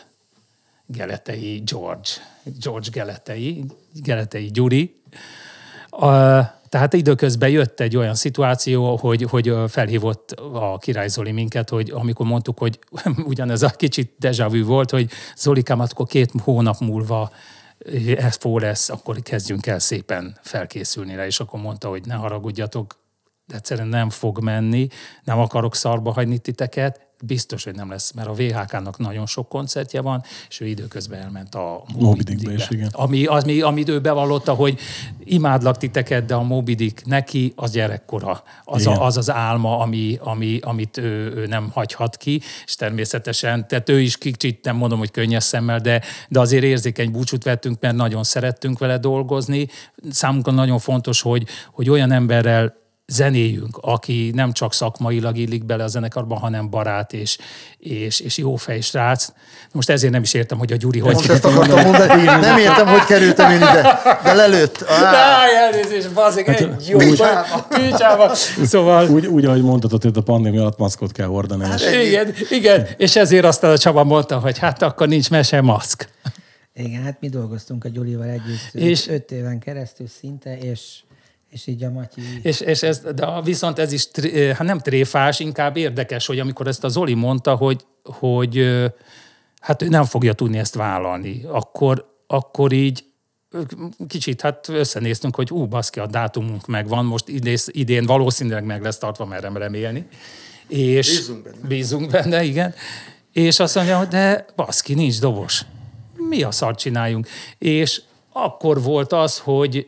Geletei George, George Geletei, Geletei Gyuri. A, tehát időközben jött egy olyan szituáció, hogy, hogy felhívott a Király Zoli minket, hogy amikor mondtuk, hogy ugyanez a kicsit déjà vu volt, hogy Zolikám, akkor két hónap múlva ez fó lesz, akkor kezdjünk el szépen felkészülni rá, és akkor mondta, hogy ne haragudjatok, de egyszerűen nem fog menni, nem akarok szarba hagyni titeket, biztos, hogy nem lesz, mert a vé há ká-nak nagyon sok koncertje van, és ő időközben elment a Moby Dickbe is, igen. Ami, ami, amit ő bevallotta, hogy imádlak titeket, de a Moby Dick neki az gyerekkora, az a, az, az álma, ami, ami, amit ő, ő nem hagyhat ki, és természetesen, tehát ő is kicsit, nem mondom, hogy könnyes szemmel, de, de azért érzékeny búcsút vettünk, mert nagyon szerettünk vele dolgozni. Számunkra nagyon fontos, hogy, hogy olyan emberrel zenéljünk, aki nem csak szakmailag illik bele a zenekarban, hanem barát és, és, és jó fej srác. Most ezért nem is értem, hogy a Gyuri hogy... Most ezt akartam mondani, nem értem, hogy kerültem én ide, de lelőtt. Áj, elnézést, bazzik, egy jó picsába. Szóval... Úgy, úgy, ahogy mondhatod, hogy a pandémia alatt maszkot kell hordani. Hát, igen, igen, és ezért aztán a Csaba mondta, hogy hát akkor nincs mese, maszk. Igen, hát mi dolgoztunk a Gyurival együtt és... öt éven keresztül szinte, és... És így a Matyi... És, és ez, de viszont ez is hát nem tréfás, inkább érdekes, hogy amikor ezt a Zoli mondta, hogy, hogy hát ő nem fogja tudni ezt vállalni, akkor, akkor így kicsit hát összenéztünk, hogy ú, baszki, a dátumunk megvan, most idéz, idén valószínűleg meg lesz tartva, merem remélni. És bízunk benne. Bízunk benne, igen. És azt mondja, hogy de baszki, nincs dobos. Mi a szart csináljunk? És akkor volt az, hogy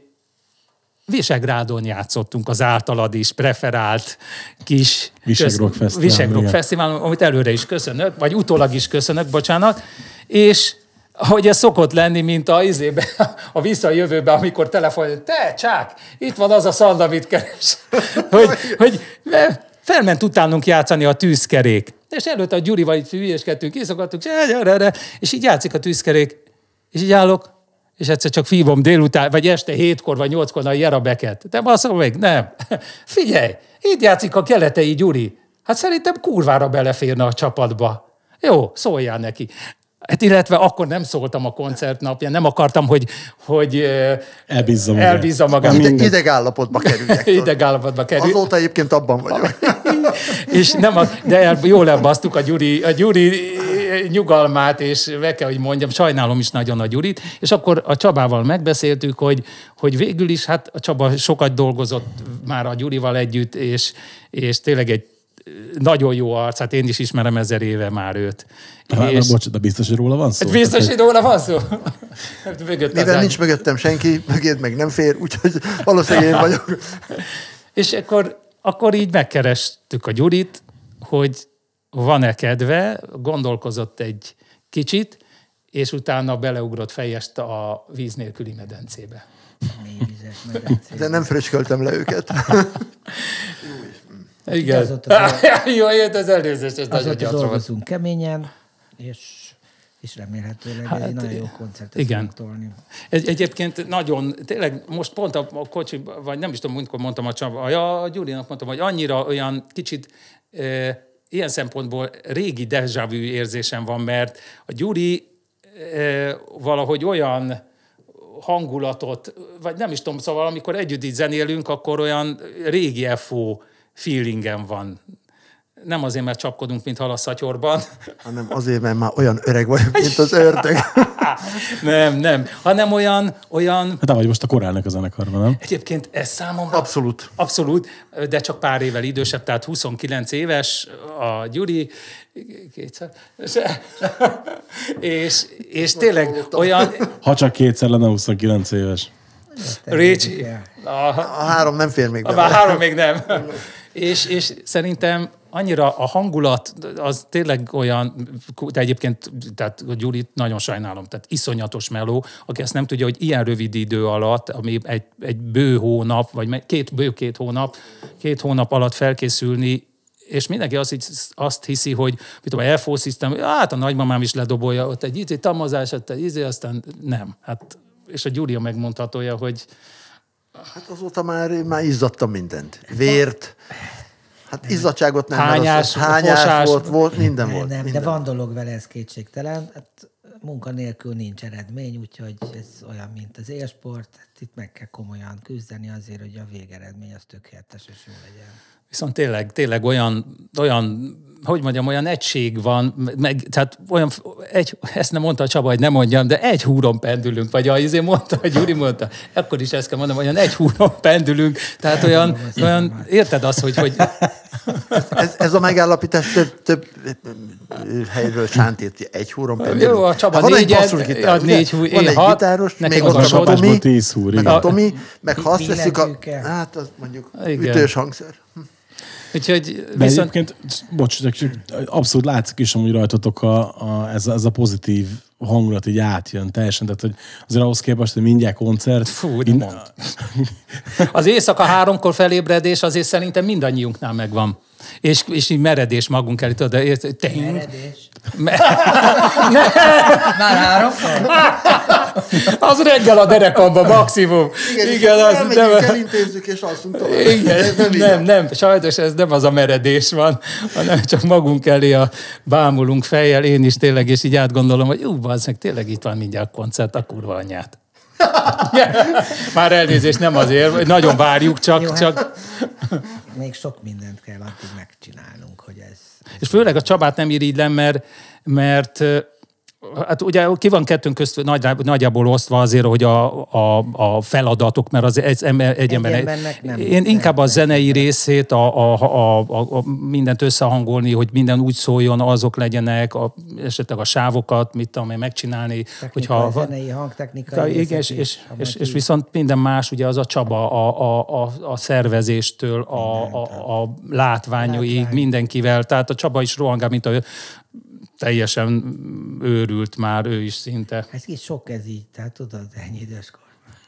Visegrádon játszottunk az általad is preferált kis Visegrok Fesztivál, Visegrok Fesztivál, amit előre is köszönök, vagy utólag is köszönök, bocsánat, és ahogy ez szokott lenni, mint a izébe, a visszajövőbe, amikor telefon, te, csák, itt van az a szand, amit keres. hogy, hogy felment utánunk játszani a Tűzkerék. És előtte a Gyurival itt hülyeskedtünk, kiszokattunk, és így játszik a Tűzkerék, és így állok, és egyszer csak fívom délután, vagy este hétkor, vagy nyolckor a Jerabeket. De baszom meg, nem. Figyelj, itt játszik a Geletei Gyuri. Hát szerintem kurvára beleférne a csapatba. Jó, szóljál neki. Hát illetve akkor nem szóltam a koncert napján, nem akartam, hogy, hogy elbízza magát. Elbízza magát. Ide, idegállapotba kerüljek. Idegállapotba kerül. Azóta egyébként abban vagyok. És nem a, de el, jól elbasztuk a Gyuri, a Gyuri nyugalmát, és meg kell, hogy mondjam, sajnálom is nagyon a Gyurit, és akkor a Csabával megbeszéltük, hogy, hogy végül is, hát a Csaba sokat dolgozott már a Gyurival együtt, és, és tényleg egy nagyon jó arc, hát én is ismerem ezer éve már őt. Hát, és... bocs, de biztos, hogy róla van szó? Biztos, hogy róla van szó? Mivel nincs mögöttem senki, mögéd meg nem fér, úgyhogy valószínűleg én vagyok. És akkor, akkor így megkerestük a Gyurit, hogy van-e kedve, gondolkozott egy kicsit, és utána beleugrott fejest a víz nélküli medencébe. Mélyvizes medencébe. De nem fröcsköltem le őket. Igen. Jó, jött az előzést, ez nagyon gyatra volt. Dolgozunk keményen, és, és remélhetőleg hát, egy nagyon jó koncertet igen. fogunk tolni. Egy, egyébként nagyon, tényleg most pont a, a kocsi, vagy nem is tudom, amikor mondtam a Csaba, ja, a Gyurinak mondtam, hogy annyira olyan kicsit e, ilyen szempontból régi déjà vu érzésem van, mert a Gyuri e, valahogy olyan hangulatot, vagy nem is tudom, szóval amikor együtt így zenélünk, akkor olyan régi ef ó feelingem van. nem azért, mert csapkodunk, mint hal a szatyorban. Hanem azért, mert már olyan öreg vagyok, mint az ördög. nem, nem. Hanem olyan... olyan... Hát te vagy most a korálnak a zenekarban, nem? Egyébként ez számomra... Abszolút. Abszolút, de csak pár évvel idősebb, tehát huszonkilenc éves a Gyuri, kétszer, és, és tényleg olyan... Ha csak kétszer lenne huszonkilenc éves. Récsi. A három nem fér még be. Már három még nem. és, és szerintem annyira a hangulat, az tényleg olyan, de egyébként, tehát a Gyurit nagyon sajnálom, tehát iszonyatos meló, aki ezt nem tudja, hogy ilyen rövid idő alatt, ami egy, egy bő hónap, vagy két, bő két hónap, két hónap alatt felkészülni, és mindenki azt, azt hiszi, hogy mit tudom, elfószíztem, hát a nagymamám is ledobolja, ott egy izé tamazás, ott egy izé, aztán nem. Hát, és a Gyuri megmondhatója, hogy... Hát azóta már, már izzadtam mindent. Vért, hát izzadságot nem, hányás, az, hányás fosás. volt, volt, minden Nem, volt. nem, minden. de van dolog vele, ez kétségtelen. Hát munka nélkül nincs eredmény, úgyhogy ez olyan, mint az élsport. Hát itt meg kell komolyan küzdeni azért, hogy a végeredmény az tökéletes és jó legyen. Viszont tényleg, tényleg olyan, olyan, hogy mondjam, olyan egység van, meg, tehát olyan, egy, ezt nem mondta a Csaba, hogy nem mondjam, de egy húron pendülünk, vagy azért mondta, hogy Gyuri mondta, akkor is ezt kell mondanom, olyan egy húron pendülünk, tehát olyan, olyan érted azt, hogy... hogy ez, ez a megállapítás több, több helyről sántít, egy húron pendülünk. Jó, a Csaba van négyen, egy basszusgitár, ja, négy hú, van én egy hat, gitáros, nekem még az ott a van a Csapásból Tomi, tíz húr, meg igen. a Tomi, meg ha azt veszik a... Billentyűkkel. Hát az mondjuk Igen. ütős hangszer. úgyhogy De viszont... egyébként, bocs, csak abszolút látszik is, amúgy rajtatok a, a, ez, a, ez a pozitív hangulat így átjön teljesen, tehát hogy azért ahhoz képest, hogy mindjárt koncert. Fú, de mond. Az éjszaka háromkor felébredés azért szerintem mindannyiunknál megvan. És, és így meredés magunk elé, tudod, de te... Meredés. Me- Már háromkor? az reggel a derekamba maximum. Igen, Igen, az elmegyünk, nem, elintézzük, és alszunk tovább. igen, Ez nem, így nem, van. nem, sajnos ez nem az a meredés van, hanem csak magunk elé a bámulunk fejjel, én is tényleg, és így átgondolom, hogy ú, az meg tényleg itt van mindjárt koncert, a kurva anyját. Már elnézést, nem azért, hogy nagyon várjuk, csak... Jó, hát csak... még sok mindent kell addig megcsinálnunk, hogy ez... És főleg a Csabát nem irigylem, mert, mert hát ugye ki van kettőnk közt nagy, nagyjából osztva azért, hogy a, a, a feladatok, mert az egy, ember, egy ember... embernek nem- Én nem- inkább a nem- zenei részét, a, a, a, a, a mindent összehangolni, hogy minden úgy szóljon, azok legyenek, a, esetleg a sávokat, mit tudom én megcsinálni. Technika, hogyha, zenei, hangtechnikai igen, részek és, és, is, ha és, majd és így- viszont minden más, ugye az a Csaba, a, a, a, a szervezéstől, a, a, a látványúig, Látvány. mindenkivel. Tehát a Csaba is rohangál, mint a teljesen őrült már, ő is szinte. Ez így sok ez így, tehát tudod, ennyi időskor.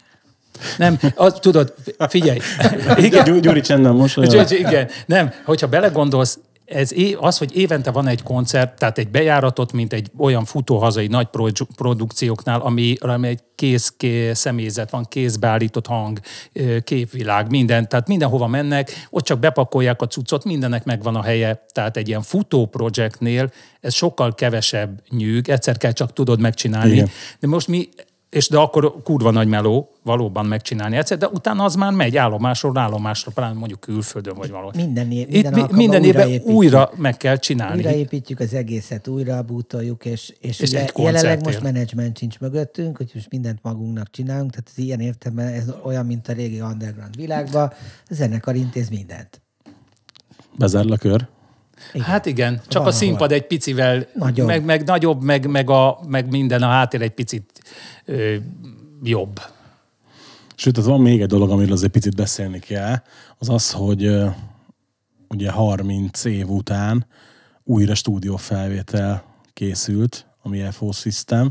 Nem, az, tudod, figyelj. Igen, Gyuri, Gyuri csendben mosolyog. Úgyhogy igen, nem, hogyha belegondolsz, ez é- az, hogy évente van egy koncert, tehát egy bejáratot, mint egy olyan futóhazai nagy pro- produkcióknál, ami, ami egy kész, kész személyzet van, kézbeállított hang, ö, képvilág, minden, tehát mindenhova mennek, ott csak bepakolják a cuccot, mindennek megvan a helye, tehát egy ilyen futó projektnél ez sokkal kevesebb nyűg, egyszer kell csak tudod megcsinálni. Igen. De most mi, és de akkor kurva nagy meló valóban megcsinálni egyszer, de utána az már megy állomásról állomásra, pláne mondjuk külföldön vagy valahol. Minden, év, Itt minden, mi- alkalommal minden évben újraépítjük. újra meg kell csinálni. Újraépítjük az egészet, újra bútoljuk, és, és, És ugye egy jelenleg koncertért. most menedzsment sincs mögöttünk, hogy most mindent magunknak csinálunk, tehát az ilyen értelemben ez olyan, mint a régi underground világban, a zenekar intéz mindent. Bezárul a kör. Hát igen, csak Valahol. a színpad egy picivel, Nagyobb. meg, meg nagyobb, meg, meg, a, meg minden, a háttér egy picit ö, jobb. Sőt, az van még egy dolog, amiről azért picit beszélni kell, az az, hogy ö, ugye harminc év után újra stúdiófelvétel készült, ami F O System.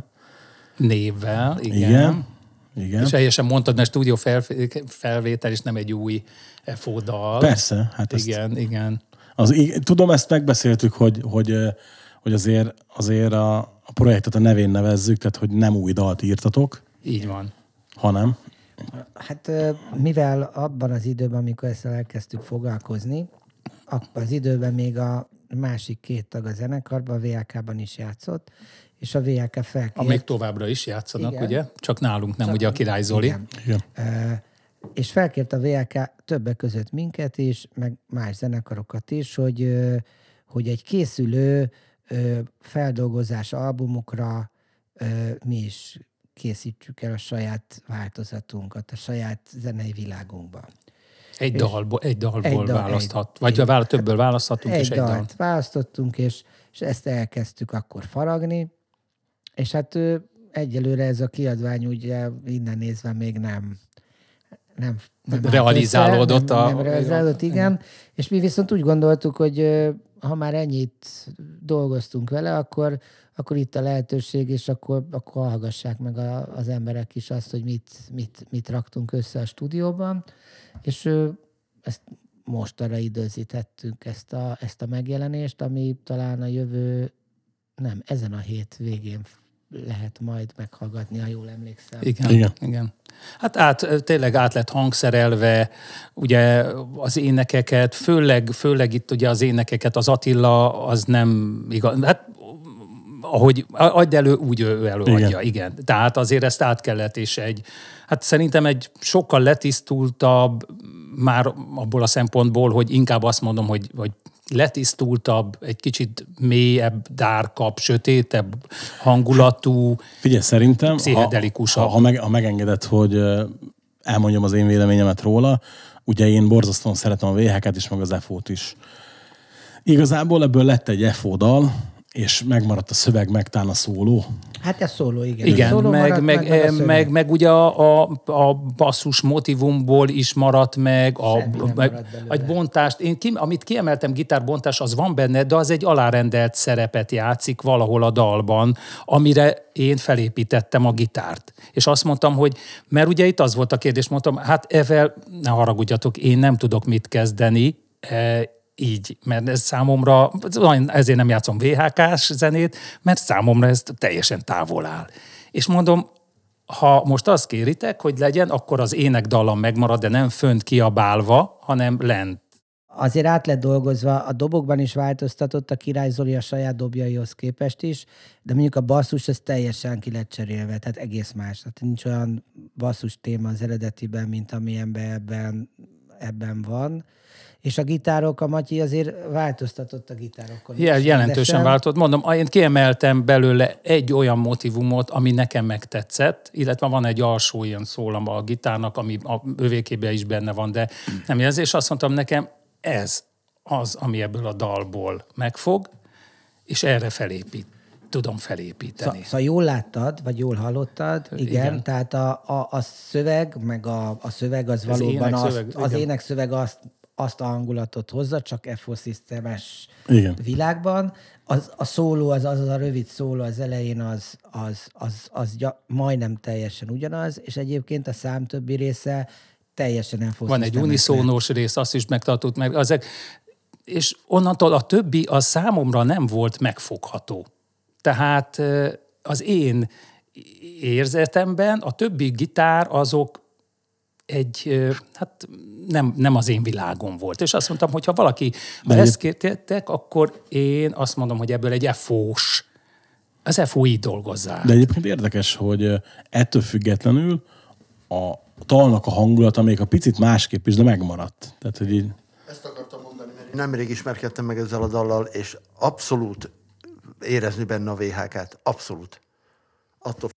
Névvel, igen. Igen. Igen. És teljesen mondtad, mert stúdió felf- felvétel, és nem egy új F O dal. Persze, hát ezt, Igen, igen. az, ig- tudom, ezt megbeszéltük, hogy, hogy, ö, hogy azért, azért a, a projektet a nevén nevezzük, tehát hogy nem új dalt írtatok, Így van. hanem Hát ö, mivel abban az időben, amikor ezt elkezdtük foglalkozni, abban az időben még a másik két tag a zenekarban, a vé á ká-ban is játszott, és a vé á ká felkért... Amíg továbbra is játszanak, Igen. ugye? Csak nálunk nem, Csak- ugye a Király Zoli. Igen. igen. Ö, és felkért a vé á ká többek között minket is, meg más zenekarokat is, hogy, ö, hogy egy készülő ö, feldolgozás albumokra ö, mi is készítsük el a saját változatunkat, a saját zenei világunkban. Egy, dalból, egy dalból egy dal, választhat, egy, vagy egy, többből választhatunk, egy és egy dalt. választottunk, és, és ezt elkezdtük akkor faragni, és hát ő, egyelőre ez a kiadvány ugye innen nézve még nem nem, nem realizálódott. Össze, nem, a... nem realizálódott, igen. igen. És mi viszont úgy gondoltuk, hogy ha már ennyit dolgoztunk vele, akkor, akkor itt a lehetőség, és akkor, akkor hallgassák meg a, az emberek is azt, hogy mit, mit, mit raktunk össze a stúdióban, és ezt most arra időzítettünk ezt a, ezt a megjelenést, ami talán a jövő, nem, ezen a hét végén lehet majd meghallgatni, ha jól emlékszem. Igen, igen. igen. Hát át, tényleg át lett hangszerelve, ugye az énekeket, főleg, főleg itt ugye az énekeket, az Attila az nem igaz, hát ahogy adj elő, úgy ő előadja, igen. igen. Tehát azért ezt át kellett, és egy, hát szerintem egy sokkal letisztultabb, már abból a szempontból, hogy inkább azt mondom, hogy, hogy letisztultabb, egy kicsit mélyebb, dárkabb, sötétebb hangulatú, figyelj, szerintem, pszichedelikusabb. Ha, ha, meg, ha megengedett, hogy elmondjam az én véleményemet róla, ugye én borzasztóan szeretem a vé há-ket is, meg az ef ó-t is. Igazából ebből lett egy ef ó dal, és megmaradt a szöveg, meg tán a szóló. Hát ez szóló, igen. Igen, szóló meg, maradt, meg, meg, meg, meg, meg ugye a, a, a basszus motivumból is maradt meg, a, meg egy bontást. Én ki, amit kiemeltem, gitárbontás, az van benne, de az egy alárendelt szerepet játszik valahol a dalban, amire én felépítettem a gitárt. És azt mondtam, hogy, mert ugye itt az volt a kérdés, mondtam, hát ezzel, ne haragudjatok, én nem tudok mit kezdeni, így, mert ez számomra, ezért nem játszom vé há ká-s zenét, mert számomra ez teljesen távol áll. És mondom, ha most azt kéritek, hogy legyen, akkor az énekdallam megmarad, de nem fönt kiabálva, hanem lent. Azért át lett dolgozva, a dobokban is változtatott a Király Zoli a saját dobjaihoz képest is, de mondjuk a basszus ez teljesen ki lett cserélve, tehát egész más. Tehát nincs olyan basszus téma az eredetiben, mint amilyenben ebben, ebben van. És a gitárok, a Matyi azért változtatott a gitárokon. Ja, jelentősen változott. Mondom, én kiemeltem belőle egy olyan motivumot, ami nekem megtetszett, illetve van egy alsó ilyen szólam a gitárnak, ami a övékében is benne van, de nem jelzi, és azt mondtam nekem, ez az, ami ebből a dalból megfog, és erre felépít. Tudom felépíteni. Szóval szó, jól láttad, vagy jól hallottad, igen, igen. Tehát a, a, a szöveg, meg a, a szöveg az Ez valóban azt, szöveg, az énekszöveg azt azt a hangulatot hozza, csak ef ó-szisztemes világban. Az, a szóló, az, az a rövid szóló az elején az, az, az, az ja, majdnem teljesen ugyanaz, és egyébként a szám többi része teljesen ef ó-szisztemes. Van egy uniszónós rész, azt is megtartott meg. Azek, és onnantól a többi az számomra nem volt megfogható. Tehát az én érzetemben a többi gitár azok egy, hát nem, nem az én világom volt. És azt mondtam, hogy ha valaki, ha De ezt kértek, akkor én azt mondom, hogy ebből egy ef ó-s, az ef ó így dolgozzák. De egyébként érdekes, hogy ettől függetlenül a dalnak a hangulata még a picit másképp is, de megmaradt. Tehát, hogy így... Ezt akartam mondani, mert nemrég ismerkedtem meg ezzel a dallal, és abszolút érezni benne a vé há ká-t. Abszolút. Attól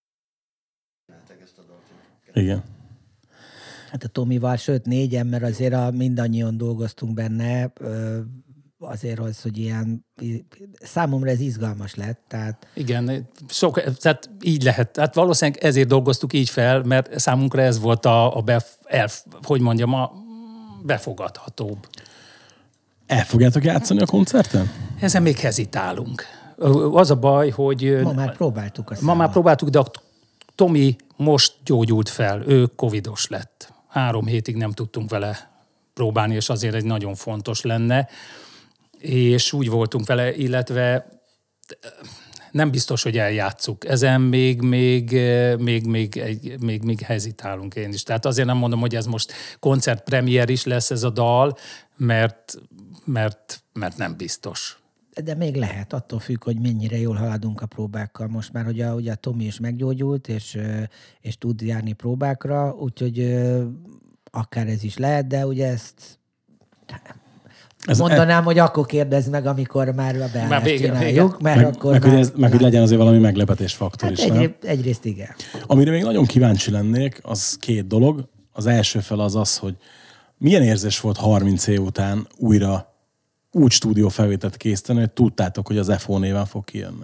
Igen. Hát a Tomival, sőt négyen, mert azért a, mindannyian dolgoztunk benne, azért az, hogy ilyen, számomra ez izgalmas lett. Tehát... Igen, sok, tehát így lehet. Hát valószínűleg ezért dolgoztuk így fel, mert számunkra ez volt a, a bef, el, hogy mondjam, a befogadhatóbb. El fogjátok játszani a koncerten? Ezen még hezitálunk. Az a baj, hogy... Ma már próbáltuk a Ma már próbáltuk, de a Tomi most gyógyult fel, ő covidos lett. Három hétig nem tudtunk vele próbálni, és azért egy nagyon fontos lenne. És úgy voltunk vele, illetve nem biztos, hogy eljátszuk. Ezen még, még, még, még, még, még, még hezitálunk én is. Tehát azért nem mondom, hogy ez most koncertpremiér is lesz ez a dal, mert, mert, mert nem biztos. De még lehet, attól függ, hogy mennyire jól haladunk a próbákkal. Most már ugye, ugye a Tomi is meggyógyult, és, és tud járni próbákra, úgyhogy akár ez is lehet, de ugye ezt Ez Mondanám, e... hogy akkor kérdezd meg, amikor már a beállást vége, csináljuk, vége. mert meg, akkor meg, már... hogy ez, meg hogy legyen azért valami meglepetésfaktor Hát is, egy, nem? egyrészt igen. Amire még nagyon kíváncsi lennék, az két dolog. Az első fel az az, hogy milyen érzés volt harminc év után újra úgy stúdiófelvételt készíteni, hogy tudtátok, hogy az ef o néven fog kijönni.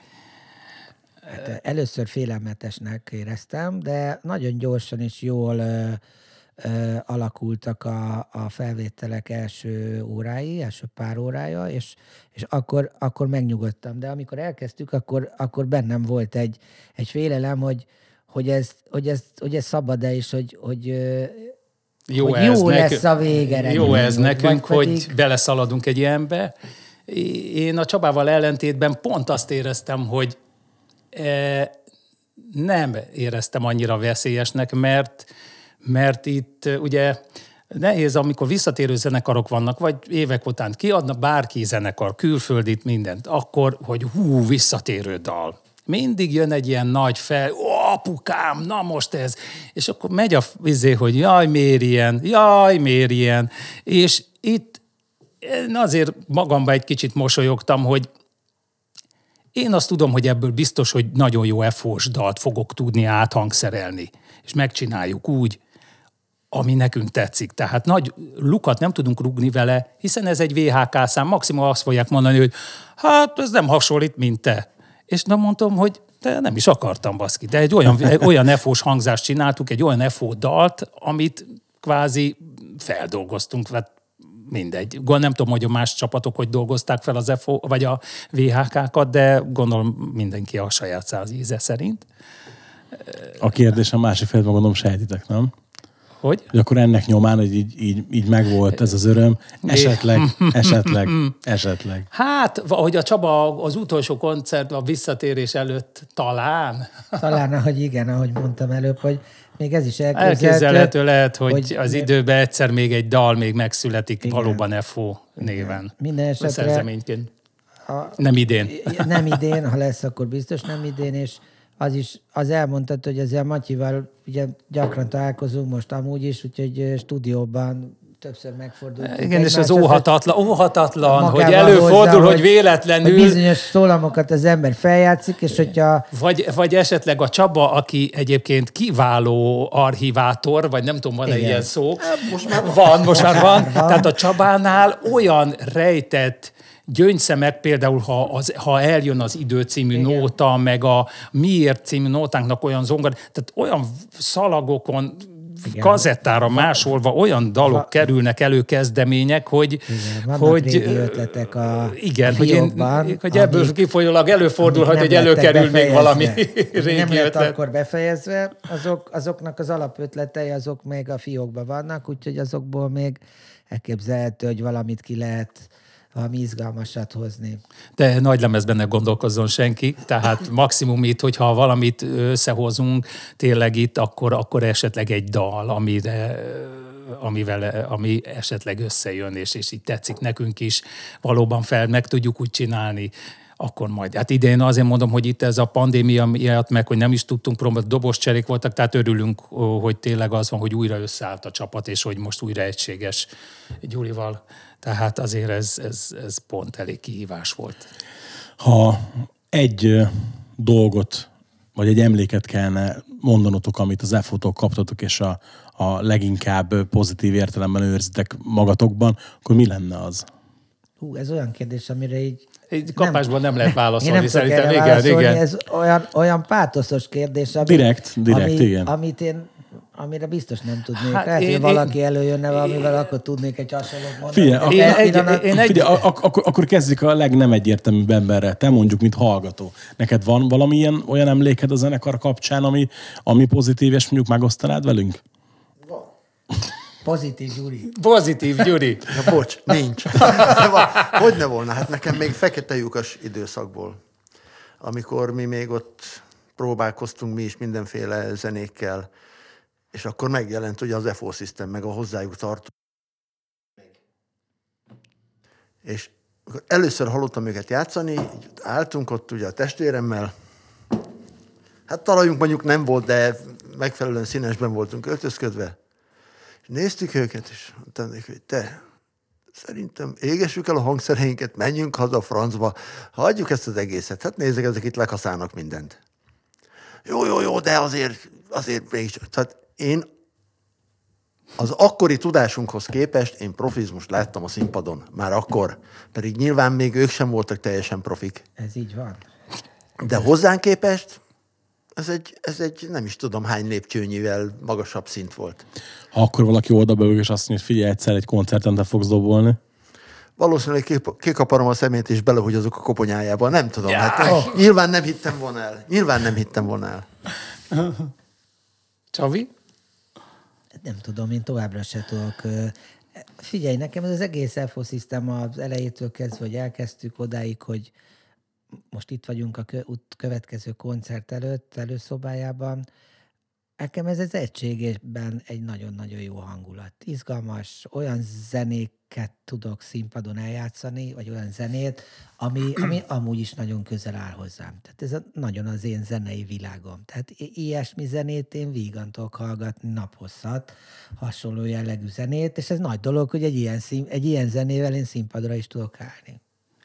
Hát először félelmetesnek éreztem, de nagyon gyorsan és jól ö, ö, alakultak a, a felvételek első órái, első pár órája, és, és akkor, akkor megnyugodtam. De amikor elkezdtük, akkor, akkor bennem volt egy, egy félelem, hogy, hogy, ez, hogy, ez, hogy ez szabad-e, és hogy, hogy Jó, hogy ez jó nekünk, lesz a végeredmény. Jó ez nekünk, vagy hogy pedig... beleszaladunk egy ilyenbe. Én a Csabával ellentétben pont azt éreztem, hogy e, nem éreztem annyira veszélyesnek, mert, mert itt ugye nehéz, amikor visszatérő zenekarok vannak, vagy évek után kiadna bárki zenekar, külföldit, mindent, akkor, hogy hú, visszatérő dal. Mindig jön egy ilyen nagy fel, ó, apukám, na most ez. És akkor megy a vizé, hogy jaj, miért ilyen, jaj, miért ilyen. És itt én azért magamban egy kicsit mosolyogtam, hogy én azt tudom, hogy ebből biztos, hogy nagyon jó ef ó-s dalt fogok tudni áthangszerelni. És megcsináljuk úgy, ami nekünk tetszik. Tehát nagy lukat nem tudunk rugni vele, hiszen ez egy vé há ká szám. Maximum azt fogják mondani, hogy hát ez nem hasonlít, mint te. És nem mondtam, hogy de nem is akartam, baszki. De egy olyan, olyan ef ó-s hangzást csináltuk, egy olyan ef ó dalt, amit kvázi feldolgoztunk, vagy mindegy. Nem tudom, hogy a más csapatok hogy dolgozták fel az ef ó, vagy a vé há ká-kat, de gondolom mindenki a saját száz íze szerint. A kérdés a másik felett, gondolom sejtitek, nem? Hogy? Hogy akkor ennek nyomán, hogy így, így, így megvolt ez az öröm, esetleg, esetleg, esetleg. Hát, ahogy a Csaba az utolsó koncert a visszatérés előtt talán. Talán, ahogy igen, ahogy mondtam előbb, hogy még ez is elképzelhető. Elképzelhető lehet, hogy, hogy az ne... időben egyszer még egy dal még megszületik igen. valóban ef ó néven. Igen. Minden esetre... Szerzeményként. A... Nem idén. Nem idén, ha lesz, akkor biztos nem idén, és az is, az elmondtad, hogy ezzel Matyival ugye gyakran találkozunk most amúgy is, úgyhogy stúdióban többször megfordult. Igen, és az óhatatlan, óhatatlan, hogy előfordul, előfordul, hogy véletlenül... Hogy bizonyos szólamokat az ember feljátszik, és hogyha... Vagy, vagy esetleg a Csaba, aki egyébként kiváló archivátor, vagy nem tudom, van-e ilyen szó. Most már van, most már van. van. Tehát a Csabánál olyan rejtett gyöngyszemek, például ha, az, ha eljön az Idő című igen. nóta, meg a Miért című nótánknak olyan zongor, tehát olyan szalagokon, igen. kazettára másolva olyan dalok Va- kerülnek elő, kezdemények, hogy... Igen, hogy régi ötletek a igen, a hogy, fiókban, én, hogy ebből amik, kifolyólag előfordulhat, hogy előkerül még valami régi nem lett ötlet. akkor befejezve, azok, azoknak az alapötletei, azok még a fiókban vannak, úgyhogy azokból még elképzelhető, hogy valamit ki lehet valami izgalmasat hozni. De nagy lemezben ne gondolkozzon senki, tehát maximum itt, hogyha valamit összehozunk tényleg itt, akkor, akkor esetleg egy dal, amire, amivel, ami esetleg összejön, és, és így tetszik nekünk is, valóban fel meg tudjuk úgy csinálni, akkor majd. Hát idén azért mondom, hogy itt ez a pandémia miatt, meg hogy nem is tudtunk próbálni, doboscserék voltak, tehát örülünk, hogy tényleg az van, hogy újra összeállt a csapat, és hogy most újra egységes Gyurival. Tehát azért ez, ez, ez pont elég kihívás volt. Ha egy dolgot, vagy egy emléket kellene mondanotok, amit az ef ó-tól kaptatok, és a, a leginkább pozitív értelemben őrzitek magatokban, akkor mi lenne az? Hú, ez olyan kérdés, amire így... Egy kapásban nem, nem lehet válaszolni, én nem szerintem. Igen, válaszolni, igen. Ez olyan, olyan pátoszos kérdés, ami, direkt, direkt, ami, igen. Amit én amire biztos nem tudnék. Hát Lehet, én, hogy valaki én, előjönne valamivel, én, akkor tudnék egy hasonlót mondani. Figyelj, én, egy, pillanat... én egy... figyelj ak- akkor, akkor kezdjük a legnem egyértelműbb emberre. Te mondjuk, mint hallgató. Neked van valamilyen olyan emléked a zenekar kapcsán, ami, ami pozitív, és mondjuk megosztanád velünk? Pozitív Gyuri. Pozitív Gyuri. Ja, bocs, nincs. Hogy ne volna? Hát nekem még fekete lyukas időszakból. Amikor mi még ott próbálkoztunk mi is mindenféle zenékkel, és akkor megjelent ugye az ef ó System, meg a hozzájuk tartó. És először hallottam őket játszani, így álltunk ott ugye a testvéremmel. Hát talajunk mondjuk nem volt, de megfelelően színesben voltunk öltözködve. És néztük őket, és mondtam nekik, hogy te, szerintem égessük el a hangszereinket, menjünk haza a francba, hagyjuk ezt az egészet. Hát nézzük, ezek itt lekaszálnak mindent. Jó, jó, jó, de azért, azért mégis. Tehát én az akkori tudásunkhoz képest én profizmust láttam a színpadon. Már akkor. Pedig nyilván még ők sem voltak teljesen profik. Ez így van. De hozzánk képest ez egy, ez egy nem is tudom hány lépcsőnyivel magasabb szint volt. Ha akkor valaki oda beül, és azt mondja, hogy figyelj, egyszer egy koncerten te fogsz dobolni. Valószínűleg kip- kikaparom a szemét, és belehúgyazok a koponyájába. Nem tudom. Ja. Hát, oh. Nyilván nem hittem volna el. Nyilván nem hittem volna el. Csavi? Nem tudom, én továbbra se tudok. Figyelj, nekem ez az egész F O System az elejétől kezdve, hogy elkezdtük odáig, hogy most itt vagyunk a kö- következő koncert előtt, előszobájában. Nekem ez az egységében egy nagyon-nagyon jó hangulat. Izgalmas, olyan zenéket tudok színpadon eljátszani, vagy olyan zenét, ami, ami amúgy is nagyon közel áll hozzám. Tehát ez a, nagyon az én zenei világom. Tehát i- ilyesmi zenét én vígan tudok hallgatni naphosszat, hasonló jellegű zenét, és ez nagy dolog, hogy egy ilyen, szín, egy ilyen zenével én színpadra is tudok állni.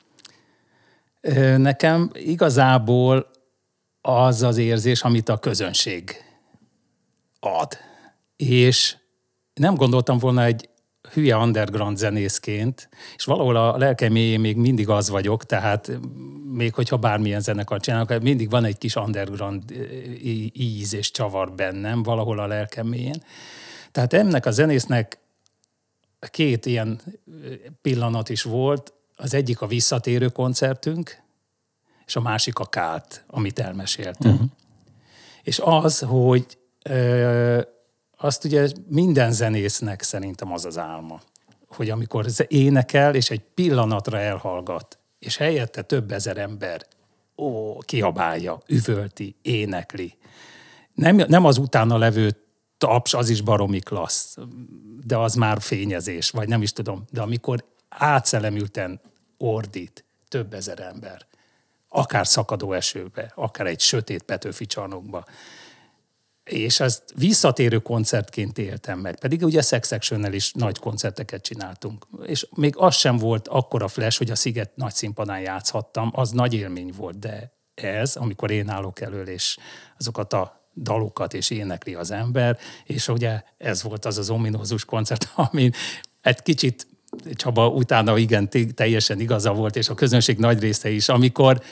Nekem igazából az az érzés, amit a közönség ad. És nem gondoltam volna egy hülye underground zenészként, és valahol a lelkem mélyén még mindig az vagyok, tehát még hogyha bármilyen zenekart csinálok, mindig van egy kis underground íz és csavar bennem, valahol a lelkem mélyén. Tehát ennek a zenésznek két ilyen pillanat is volt, az egyik a visszatérő koncertünk, és a másik a Kált, amit elmeséltem. Uh-huh. És az, hogy ö, azt ugye minden zenésznek szerintem az az álma, hogy amikor énekel, és egy pillanatra elhallgat, és helyette több ezer ember ó, kiabálja, üvölti, énekli. Nem, nem az utána levő taps, az is baromi klassz, de az már fényezés, vagy nem is tudom. De amikor átszellemülten ordít több ezer ember, akár szakadó esőbe, akár egy sötét Petőfi csarnokba, és ezt visszatérő koncertként éltem meg. Pedig ugye Sex Action-nel is nagy koncerteket csináltunk. És még az sem volt akkora flash, hogy a Sziget nagy színpadán játszhattam, az nagy élmény volt, de ez, amikor én állok elől, és azokat a dalokat és énekli az ember, és ugye ez volt az az ominózus koncert, amin egy kicsit Csaba utána igen, teljesen igaza volt, és a közönség nagy része is, amikor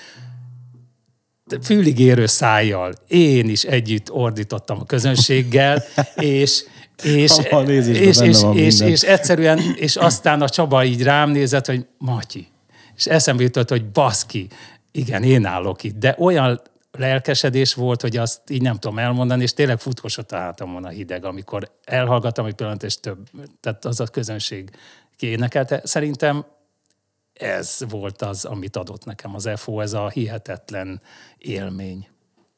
fülig érő szájjal én is együtt ordítottam a közönséggel, és és, és, és, és, és, és egyszerűen, és aztán a Csaba így rám nézett, hogy Matyi, és eszembe jutott, hogy baszki, igen, én állok itt, de olyan lelkesedés volt, hogy azt így nem tudom elmondani, és tényleg futkosott a hátamon a hideg, amikor elhallgattam egy pillanat, és több, tehát az a közönség kiénekelte. Szerintem ez volt az, amit adott nekem az F O, ez a hihetetlen élmény.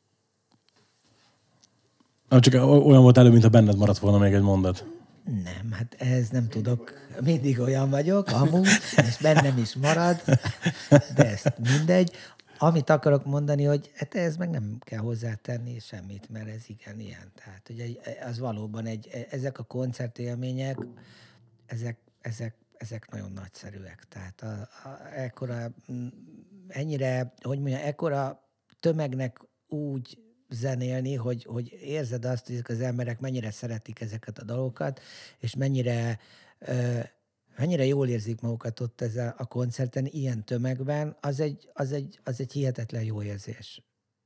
Csak olyan volt előbb, mintha benned maradt volna még egy mondat. Nem, hát ez nem tudok. Mindig olyan vagyok, amúgy, és bennem is marad, de ezt mindegy. Amit akarok mondani, hogy hát ez meg nem kell hozzátenni semmit, mert ez igen ilyen. Tehát, hogy az valóban egy, ezek a koncertélmények, ezek, ezek, ezek nagyon nagyszerűek. Tehát a, a, ekkora, ennyire, hogy mondjam, ekkora tömegnek úgy zenélni, hogy, hogy érzed azt, hogy ezek az emberek mennyire szeretik ezeket a dalokat, és mennyire, ö, mennyire jól érzik magukat ott ezen a koncerten, ilyen tömegben, az egy, az egy, az egy hihetetlen jó érzés.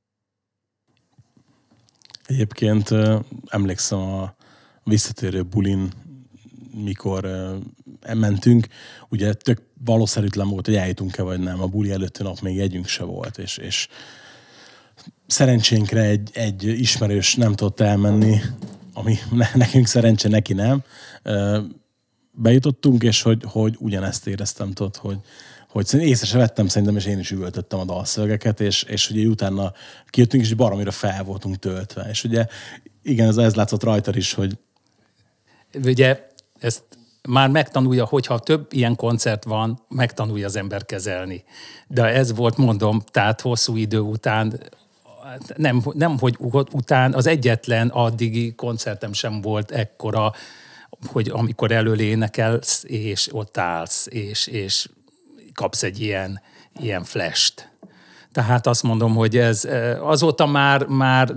Egyébként emlékszem a visszatérő bulin, mikor mentünk, ugye tök valószerűtlen volt, hogy eljutunk-e vagy nem. A buli előtti nap még jegyünk se volt, és, és szerencsénkre egy, egy ismerős nem tudott elmenni, ami nekünk szerencse, neki nem. Bejutottunk, és hogy, hogy ugyanezt éreztem, tudod, hogy, hogy észre se vettem szerintem, és én is üvöltöttem a dalszövegeket, és, és ugye utána kijöttünk, és baromira fel voltunk töltve. És ugye igen, ez, ez látszott rajta is, hogy... Ugye ezt már megtanulja, hogyha több ilyen koncert van, megtanulja az ember kezelni. De ez volt, mondom, tehát hosszú idő után, nem, nem hogy után, az egyetlen addigi koncertem sem volt ekkora hogy amikor elől énekelsz, és ott állsz, és, és kapsz egy ilyen, ilyen flash-t. Tehát azt mondom, hogy ez azóta már, már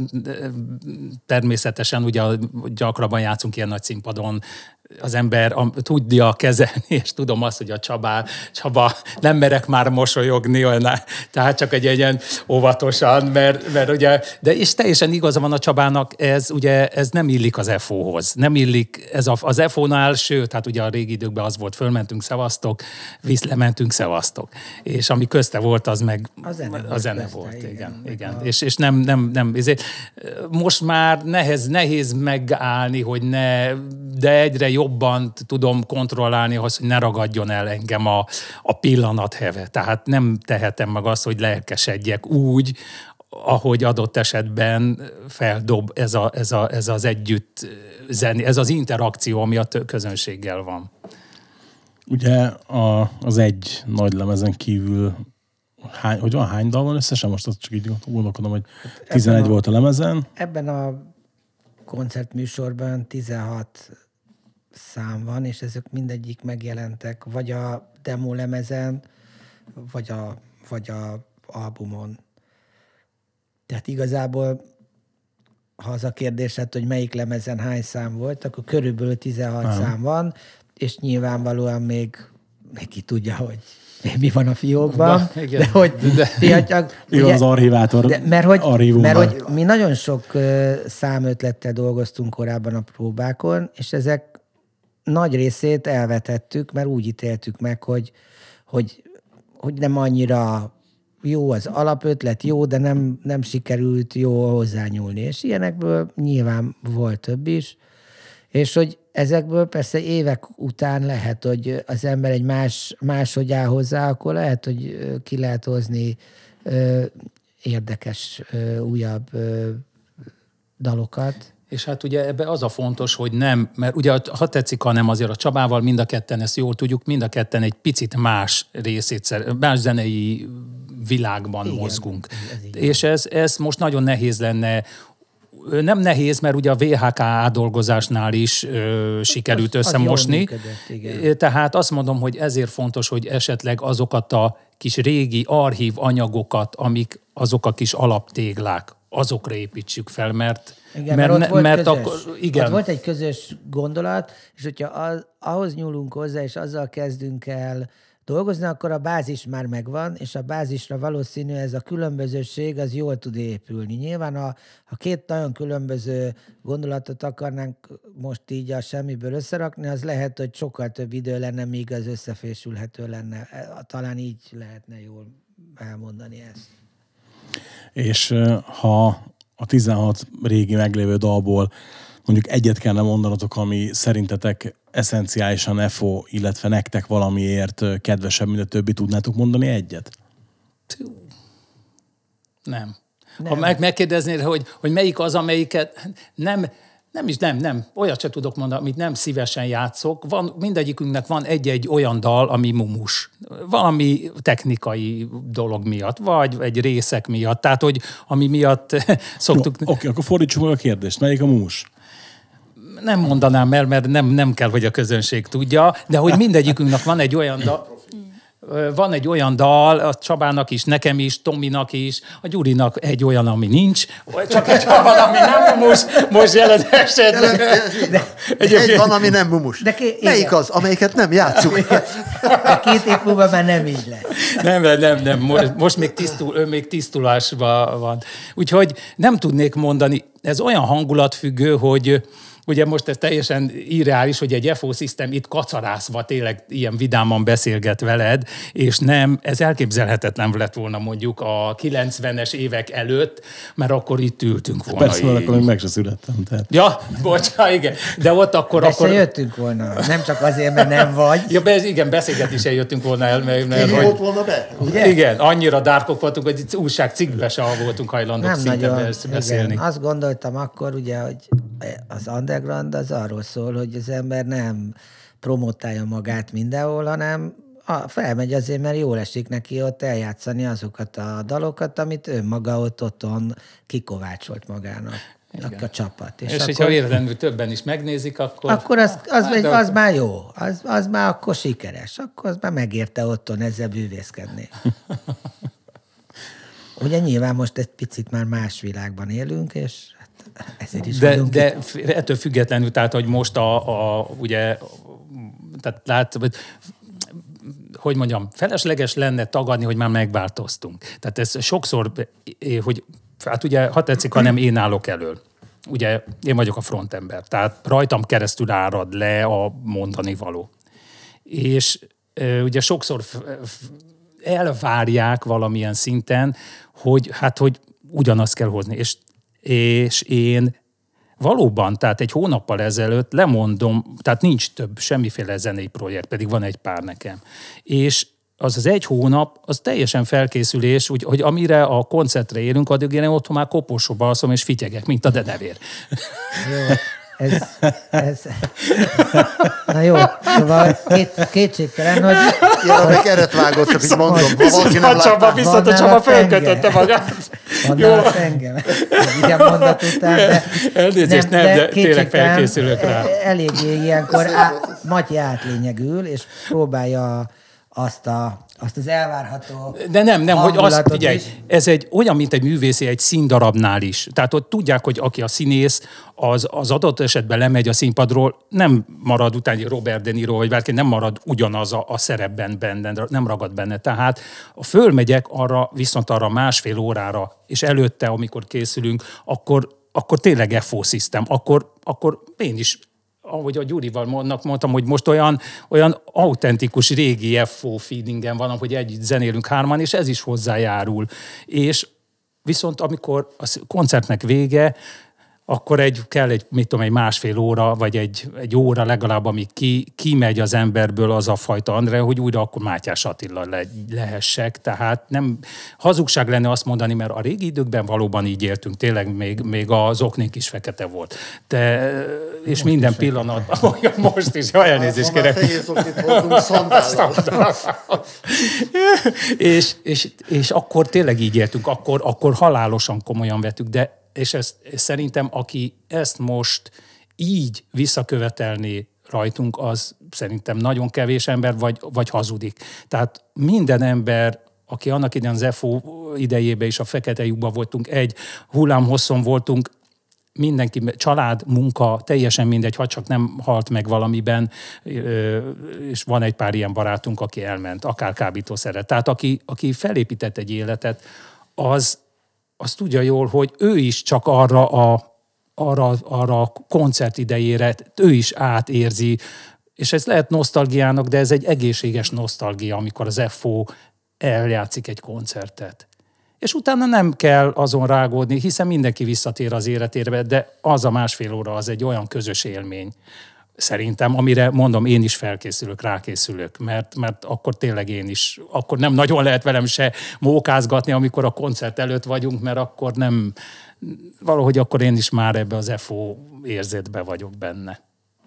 természetesen ugye gyakrabban játszunk ilyen nagy színpadon, az ember tudja kezelni, és tudom azt, hogy a Csaba, Csaba nem merek már mosolyogni, olyan, tehát csak egy ilyen óvatosan, mert, mert ugye, de és teljesen igaza van a Csabának, ez ugye ez nem illik az ef óhoz. Nem illik, ez a, az ef ónál, sőt, hát ugye a régi időkben az volt, fölmentünk, szevasztok, visszlementünk, szevasztok. És ami közte volt, az meg a zene, a zene közte, volt, igen. igen, igen. A... És, és nem, nem, nem, ezért most már nehéz, nehéz megállni, hogy ne, de egyre jobban tudom kontrollálni azt, hogy ne ragadjon el engem a, a pillanatheve. Tehát nem tehetem meg azt, hogy lelkesedjek úgy, ahogy adott esetben feldob ez, a, ez, a, ez az együtt zeni, ez az interakció, ami a közönséggel van. Ugye a, az egy nagy lemezen kívül hány, hogy van, hány dal van összesen? Most azt csak így gondolkodom, hogy tizenegy a, volt a lemezen. Ebben a koncertműsorban tizenhat szám van, és ezek mindegyik megjelentek, vagy a demo lemezen, vagy a, vagy a albumon. Tehát igazából, ha az a kérdésed, hogy melyik lemezen hány szám volt, akkor körülbelül tizenhat ah. szám van, és nyilvánvalóan még, még ki tudja, hogy mi van a fiókban, de, de hogy de, csak, ugye, az archivátor de, mert, hogy, mert hogy mi nagyon sok uh, számötlettel dolgoztunk korábban a próbákon, és ezek nagy részét elvetettük, mert úgy ítéltük meg, hogy, hogy, hogy nem annyira jó az alapötlet, jó, de nem, nem sikerült jó hozzányúlni. És ilyenekből nyilván volt több is. És hogy ezekből persze évek után lehet, hogy az ember egy más, máshogy áll hozzá, akkor lehet, hogy ki lehet hozni ö, érdekes, ö, újabb ö, dalokat. És hát ugye ebbe az a fontos, hogy nem, mert ugye ha tetszik, hanem azért a Csabával mind a ketten, ezt jól tudjuk, mind a ketten egy picit más részét, más zenei világban igen, mozgunk. Ez és ez, ez most nagyon nehéz lenne, nem nehéz, mert ugye a vé há ká átdolgozásnál is ö, sikerült az, összemosni. Az működött, tehát azt mondom, hogy ezért fontos, hogy esetleg azokat a kis régi archív anyagokat, amik azok a kis alaptéglák, azokra építsük fel, mert igen, mert, mert, ott volt mert közös. akkor igen. Ott volt egy közös gondolat, és hogyha az, ahhoz nyúlunk hozzá, és azzal kezdünk el dolgozni, akkor a bázis már megvan, és a bázisra valószínű ez a különbözőség, az jól tud épülni. Nyilván, ha, ha két nagyon különböző gondolatot akarnánk most így a semmiből összerakni, az lehet, hogy sokkal több idő lenne, míg az összefésülhető lenne. Talán így lehetne jól elmondani ezt. És ha a tizenhat régi meglévő dalból mondjuk egyet kellene mondanotok, ami szerintetek eszenciálisan ef o, illetve nektek valamiért kedvesebb, mint a többi, tudnátok mondani egyet? Nem. Nem. Ha meg, megkérdeznéd, hogy, hogy melyik az, amelyiket nem... Nem is, nem, nem. Olyat sem tudok mondani, amit nem szívesen játszok. Van, mindegyikünknek van egy-egy olyan dal, ami mumus. Valami technikai dolog miatt, vagy egy részek miatt. Tehát, hogy ami miatt szoktuk... Oké, okay, akkor fordítsuk meg a kérdést. Melyik a mumus? Nem mondanám el, mert nem, nem kell, hogy a közönség tudja, de hogy mindegyikünknek van egy olyan dal... Van egy olyan dal, a Csabának is, nekem is, Tominak is, a Gyurinak egy olyan, ami nincs, csak egy van, ami nem mumus, most jelen esetben. De, de egy van, ami nem mumus. De ké, melyik az, amelyiket nem játszuk? De két év múlva már nem így lesz. Nem, nem, nem, most, most még, tisztul, ő még tisztulásban van. Úgyhogy nem tudnék mondani, ez olyan hangulatfüggő, hogy ugye most ez teljesen irreális, hogy egy ef o System itt kacarászva tényleg ilyen vidáman beszélget veled, és nem, ez elképzelhetetlen lett volna mondjuk a kilencvenes évek előtt, mert akkor itt ültünk volna. Persze, mert akkor még meg se születtem. Tehát. Ja, bocsánat, igen. De ott akkor... De akkor... se jöttünk volna, nem csak azért, mert nem vagy. Ja, be, igen, beszélgetni sem jöttünk volna el, mert... mert hogy... volt volna be? Ugye? Igen, annyira dárkok voltunk, hogy újságcikkbe sem voltunk hajlandók nem szinte nagyon, beszélni. Igen. Azt gondoltam akkor, ugye, hogy az underground az arról szól, hogy az ember nem promotálja magát mindenhol, hanem a, felmegy azért, mert jól esik neki ott eljátszani azokat a dalokat, amit ő maga ott otthon kikovácsolt magának. aki a csapat. És, és akkor, hogyha véletlenül többen is megnézik, akkor... Akkor az, az, hát, az, az már jó, az, az már akkor sikeres, akkor az már megérte otthon ezzel bűvészkedni. Ugye nyilván most egy picit már más világban élünk, és hát ezért is de, vagyunk de ettől függetlenül, tehát, hogy most a, a ugye, tehát lát, hogy mondjam, felesleges lenne tagadni, hogy már megváltoztunk. Tehát ez sokszor, hogy hát ugye, ha tetszik, hanem én állok elől. Ugye én vagyok a frontember, tehát rajtam keresztül árad le a mondani való. És ugye sokszor elvárják valamilyen szinten, hogy hát, hogy ugyanazt kell hozni. És, és én valóban, tehát egy hónappal ezelőtt lemondom, tehát nincs több semmiféle zenei projekt, pedig van egy pár nekem. És az az egy hónap, az teljesen felkészülés, úgy, hogy amire a koncertre érünk, addig én otthon már koporsóba alszom és fityegek, mint a denevér. Jó, ez, ez... Na jó, szóval két, kétségtelen, hogy... Ilyen, amelyik eret vágott, csak így mondom. Viszont a Csaba, viszont a Csaba fölkötötte magát. Van engem. Igen, mondat után, de... Elnézést, nem, nem, de tényleg felkészülök rá. Eléggé ilyenkor á, Matyi átlényegül, és próbálja azt, a, azt az elvárható De nem, nem, hogy azt, figyelj, is. ez egy olyan, mint egy művészi, egy színdarabnál is. Tehát ott tudják, hogy aki a színész, az, az adott esetben lemegy a színpadról, nem marad utána Robert De Niro, vagy bárki nem marad ugyanaz a, a szerepben benne, nem ragad benne. Tehát ha fölmegyek arra, viszont arra másfél órára, és előtte, amikor készülünk, akkor, akkor tényleg F O system, akkor, akkor én is, ahogy a Gyurival mondtam, hogy most olyan, olyan autentikus régi F O feelingen van, hogy együtt zenélünk hárman, és ez is hozzájárul. És viszont amikor a koncertnek vége, akkor egy, kell egy, mit tudom, egy másfél óra, vagy egy, egy óra legalább, amíg ki, kimegy az emberből az a fajta André, hogy újra akkor Mátyás Attila le, lehessek. Tehát nem hazugság lenne azt mondani, mert a régi időkben valóban így éltünk, tényleg még, még az oknénk is fekete volt. De, és most minden pillanatban, most is, ha elnézést kérek. és, és, és akkor tényleg így éltünk, akkor, akkor halálosan komolyan vettük, de és ezt, szerintem, aki ezt most így visszakövetelné rajtunk, az szerintem nagyon kevés ember, vagy, vagy hazudik. Tehát minden ember, aki annak idején az F O idejében is a fekete lyukban voltunk, egy hullámhosszon voltunk, mindenki, család, munka, teljesen mindegy, ha csak nem halt meg valamiben, és van egy pár ilyen barátunk, aki elment, akár kábítószerre. Tehát aki, aki felépített egy életet, az azt tudja jól, hogy ő is csak arra a, arra, arra a koncert idejére, ő is átérzi, és ez lehet nosztalgiának, de ez egy egészséges nosztalgia, amikor az F O eljátszik egy koncertet. És utána nem kell azon rágódni, hiszen mindenki visszatér az életére, de az a másfél óra az egy olyan közös élmény, szerintem, amire mondom, én is felkészülök, rákészülök, mert, mert akkor tényleg én is, akkor nem nagyon lehet velem se mókázgatni, amikor a koncert előtt vagyunk, mert akkor nem, valahogy akkor én is már ebbe az F O érzetbe vagyok benne.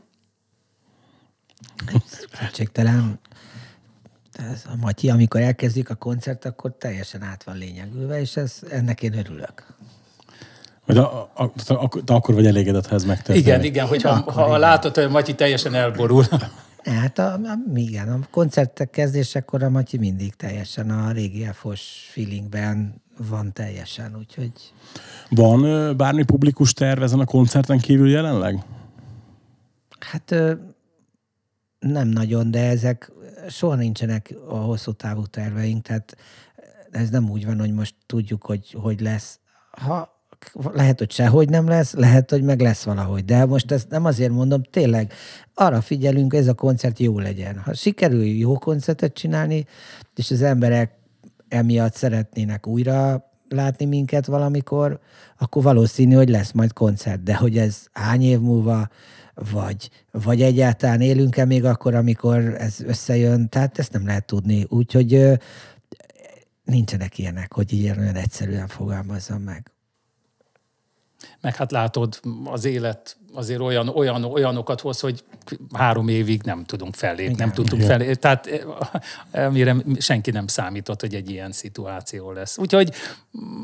Kétségtelen. Ez a Matyi, amikor elkezdik a koncert, akkor teljesen át van lényegülve, és ez, ennek én örülök. De, a, a, a, de akkor vagy elégedett, ha ez megtörténik. Igen, igen, hogyha ha látod, hogy Matyi teljesen elborul. Hát a, a, igen, a koncertek kezdésekor a Matyi mindig teljesen a régi F O-s feelingben van teljesen, úgyhogy... Van bármi publikus terv ezen a koncerten kívül jelenleg? Hát nem nagyon, de ezek soha nincsenek a hosszú távú terveink, tehát ez nem úgy van, hogy most tudjuk, hogy hogy lesz. Ha lehet, hogy sehogy nem lesz, lehet, hogy meg lesz valahogy. De most ezt nem azért mondom, tényleg arra figyelünk, ez a koncert jó legyen. Ha sikerül jó koncertet csinálni, és az emberek emiatt szeretnének újra látni minket valamikor, akkor valószínű, hogy lesz majd koncert. De hogy ez hány év múlva, vagy, vagy egyáltalán élünk-e még akkor, amikor ez összejön, tehát ezt nem lehet tudni. Úgyhogy nincsenek ilyenek, hogy ilyen olyan egyszerűen fogalmazzam meg. Meg hát látod, az élet azért olyan, olyan, olyanokat hoz, hogy három évig nem tudunk fellépni, nem tudtunk fellépni. Tehát amire senki nem számított, hogy egy ilyen szituáció lesz. Úgyhogy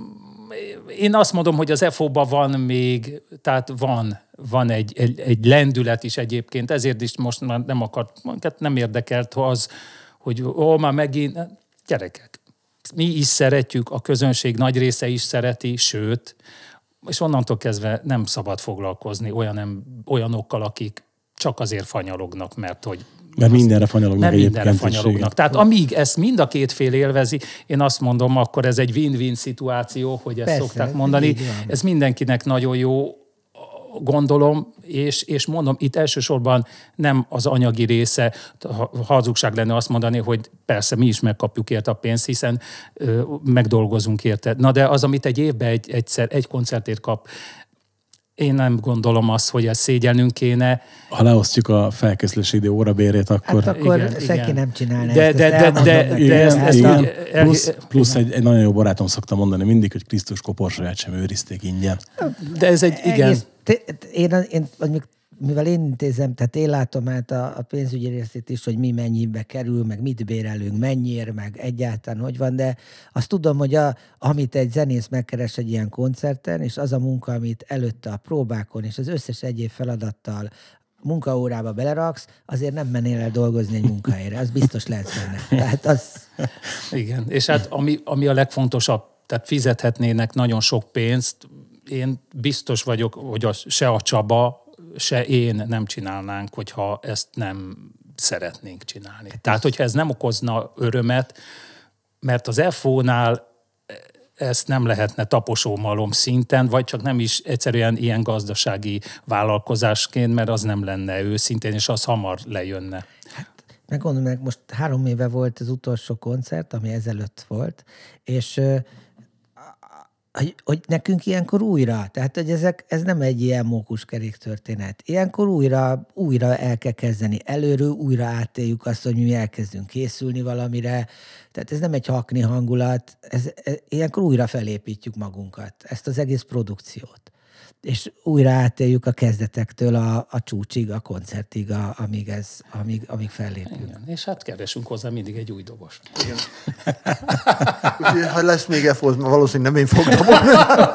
én azt mondom, hogy az ef o-ban van még, tehát van, van egy, egy, egy lendület is egyébként, ezért is most már nem akart, nem érdekelt az, hogy ó, már megint, gyerekek, mi is szeretjük, a közönség nagy része is szereti, sőt, és onnantól kezdve nem szabad foglalkozni olyan, olyanokkal, akik csak azért fanyalognak, mert hogy Mert mindenre fanyalognak nem mindenre egyébként is, fanyalognak. Tehát amíg ezt mind a két fél élvezi, én azt mondom, akkor ez egy win-win szituáció, hogy ezt Persze, szokták mondani. Ez mindenkinek nagyon jó, gondolom, és, és mondom, itt elsősorban nem az anyagi része, hazugság lenne azt mondani, hogy persze mi is megkapjuk érte a pénzt, hiszen ö, megdolgozunk érte. Na de az, amit egy évben egy, egyszer, egy koncertért kap, én nem gondolom azt, hogy ezt szégyelnünk kéne. Ha leosztjuk a felkészülési idő órabérét, akkor... Hát akkor igen, senki igen. nem csinálná De- ezt, de- ezt de- elmondom de- neki. de ezt- Hát ezt a- úgy- plusz plusz egy, egy nagyon jó barátom szokta mondani mindig, hogy Krisztus koporsóját sem őrizték ingyen. De ez egy, igen. Egész, te, én, én, én, mivel én intézem, tehát én látom át a, a pénzügyi részét is, hogy mi mennyibe kerül, meg mit bérelünk, mennyiért, meg egyáltalán hogy van, de azt tudom, hogy a, amit egy zenész megkeres egy ilyen koncerten, és az a munka, amit előtte a próbákon, és az összes egyéb feladattal munkaórába beleraksz, azért nem mennél el dolgozni egy munkahelyre. Az biztos lehet benne. Tehát az... Igen, és hát ami, ami a legfontosabb, tehát fizethetnének nagyon sok pénzt, én biztos vagyok, hogy az, se a Csaba, se én nem csinálnánk, hogyha ezt nem szeretnénk csinálni. Tehát, hogyha ez nem okozna örömet, mert az ef o-nál ezt nem lehetne taposómalom szinten, vagy csak nem is egyszerűen ilyen gazdasági vállalkozásként, mert az nem lenne őszintén, és az hamar lejönne. Meg gondolom, meg most három éve volt az utolsó koncert, ami ezelőtt volt, és ö, hogy, hogy nekünk ilyenkor újra, tehát hogy ezek, ez nem egy ilyen mókuskerék történet. Ilyenkor újra, újra el kell kezdeni előről, újra átéljük azt, hogy mi elkezdünk készülni valamire, tehát ez nem egy hakni hangulat, ez, ez, ilyenkor újra felépítjük magunkat, ezt az egész produkciót. És újra átéljük a kezdetektől a, a csúcsig, a koncertig, a, amíg, ez, amíg, amíg fellépünk. Igen. És hát keresünk hozzá mindig egy új dobos. Igen. Úgyhogy, ha lesz még ef o, valószínűleg nem én fogom dobolni.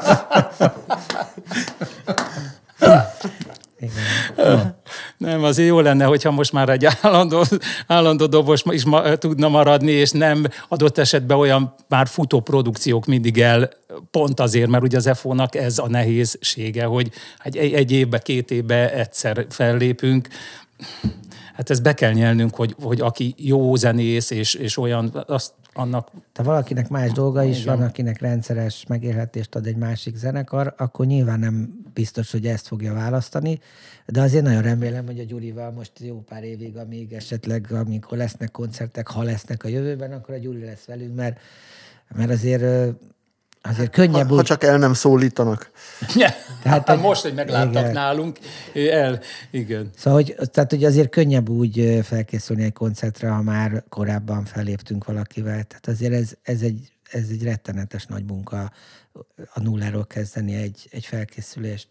Igen. Nem, azért jó lenne, hogyha most már egy állandó, állandó dobos is ma, tudna maradni, és nem adott esetben olyan már futó produkciók mindig el, pont azért, mert ugye az ef o-nak ez a nehézsége, hogy egy, egy évbe, két évbe egyszer fellépünk. Hát ezt be kell nyelnünk, hogy, hogy aki jó zenész, és, és olyan, azt annak... Ha valakinek más dolga is Igen. van, akinek rendszeres megélhetést ad egy másik zenekar, akkor nyilván nem biztos, hogy ezt fogja választani, de azért nagyon remélem, hogy a Gyurival most jó pár évig, amíg esetleg, amikor lesznek koncertek, ha lesznek a jövőben, akkor a Gyuri lesz velünk, mert, mert azért, azért könnyebb Ha, úgy... ha csak el nem szólítanak. Tehát, hát, most, hogy megláttak igen. nálunk, el, igen. Szóval, hogy, tehát, hogy azért könnyebb úgy felkészülni egy koncertre, ha már korábban felléptünk valakivel. Tehát azért ez, ez, egy, ez egy rettenetes nagy munka a nulláról kezdeni egy, egy felkészülést.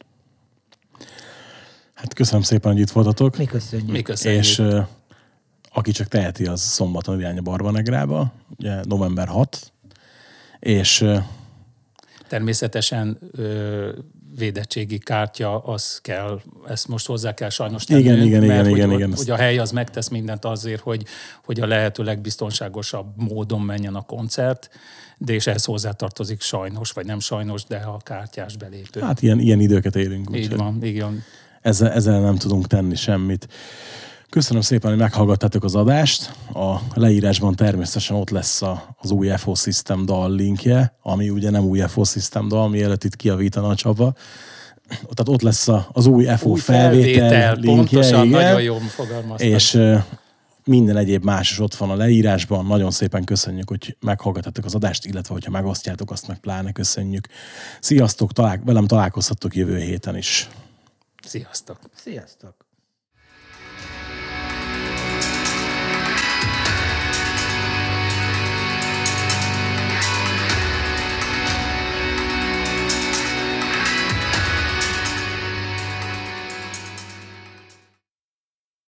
Hát köszönöm szépen, hogy itt voltatok. Mi köszönjük. Mi köszönjük. És uh, aki csak teheti, az szombaton irány a Barbanegrába, ugye november hatodika, és uh, Természetesen ö, védettségi kártya, az kell, ezt most hozzá kell sajnos tennünk, Igen, igen, mert igen, hogy, igen, hogy, igen. hogy a hely az megtesz mindent azért, hogy, hogy a lehető legbiztonságosabb módon menjen a koncert, de és ehhez hozzátartozik sajnos, vagy nem sajnos, de a kártyás belépő. hát ilyen, ilyen időket élünk. Így úgyhogy van, igen. Ezzel, ezzel nem tudunk tenni semmit. Köszönöm szépen, hogy meghallgattátok az adást. A leírásban természetesen ott lesz a, az új ef o System dal linkje, ami ugye nem új ef o System dal, mielőtt itt kiavítana a Csaba. Tehát ott lesz a, az új ef o Új felvétel, felvétel linkje. pontosan, igen. nagyon jól fogalmaztam. És uh, minden egyéb más is ott van a leírásban. Nagyon szépen köszönjük, hogy meghallgattátok az adást, illetve hogyha megosztjátok, azt meg pláne köszönjük. Sziasztok, talál, velem találkozhattok jövő héten is. Sziasztok! Sziasztok!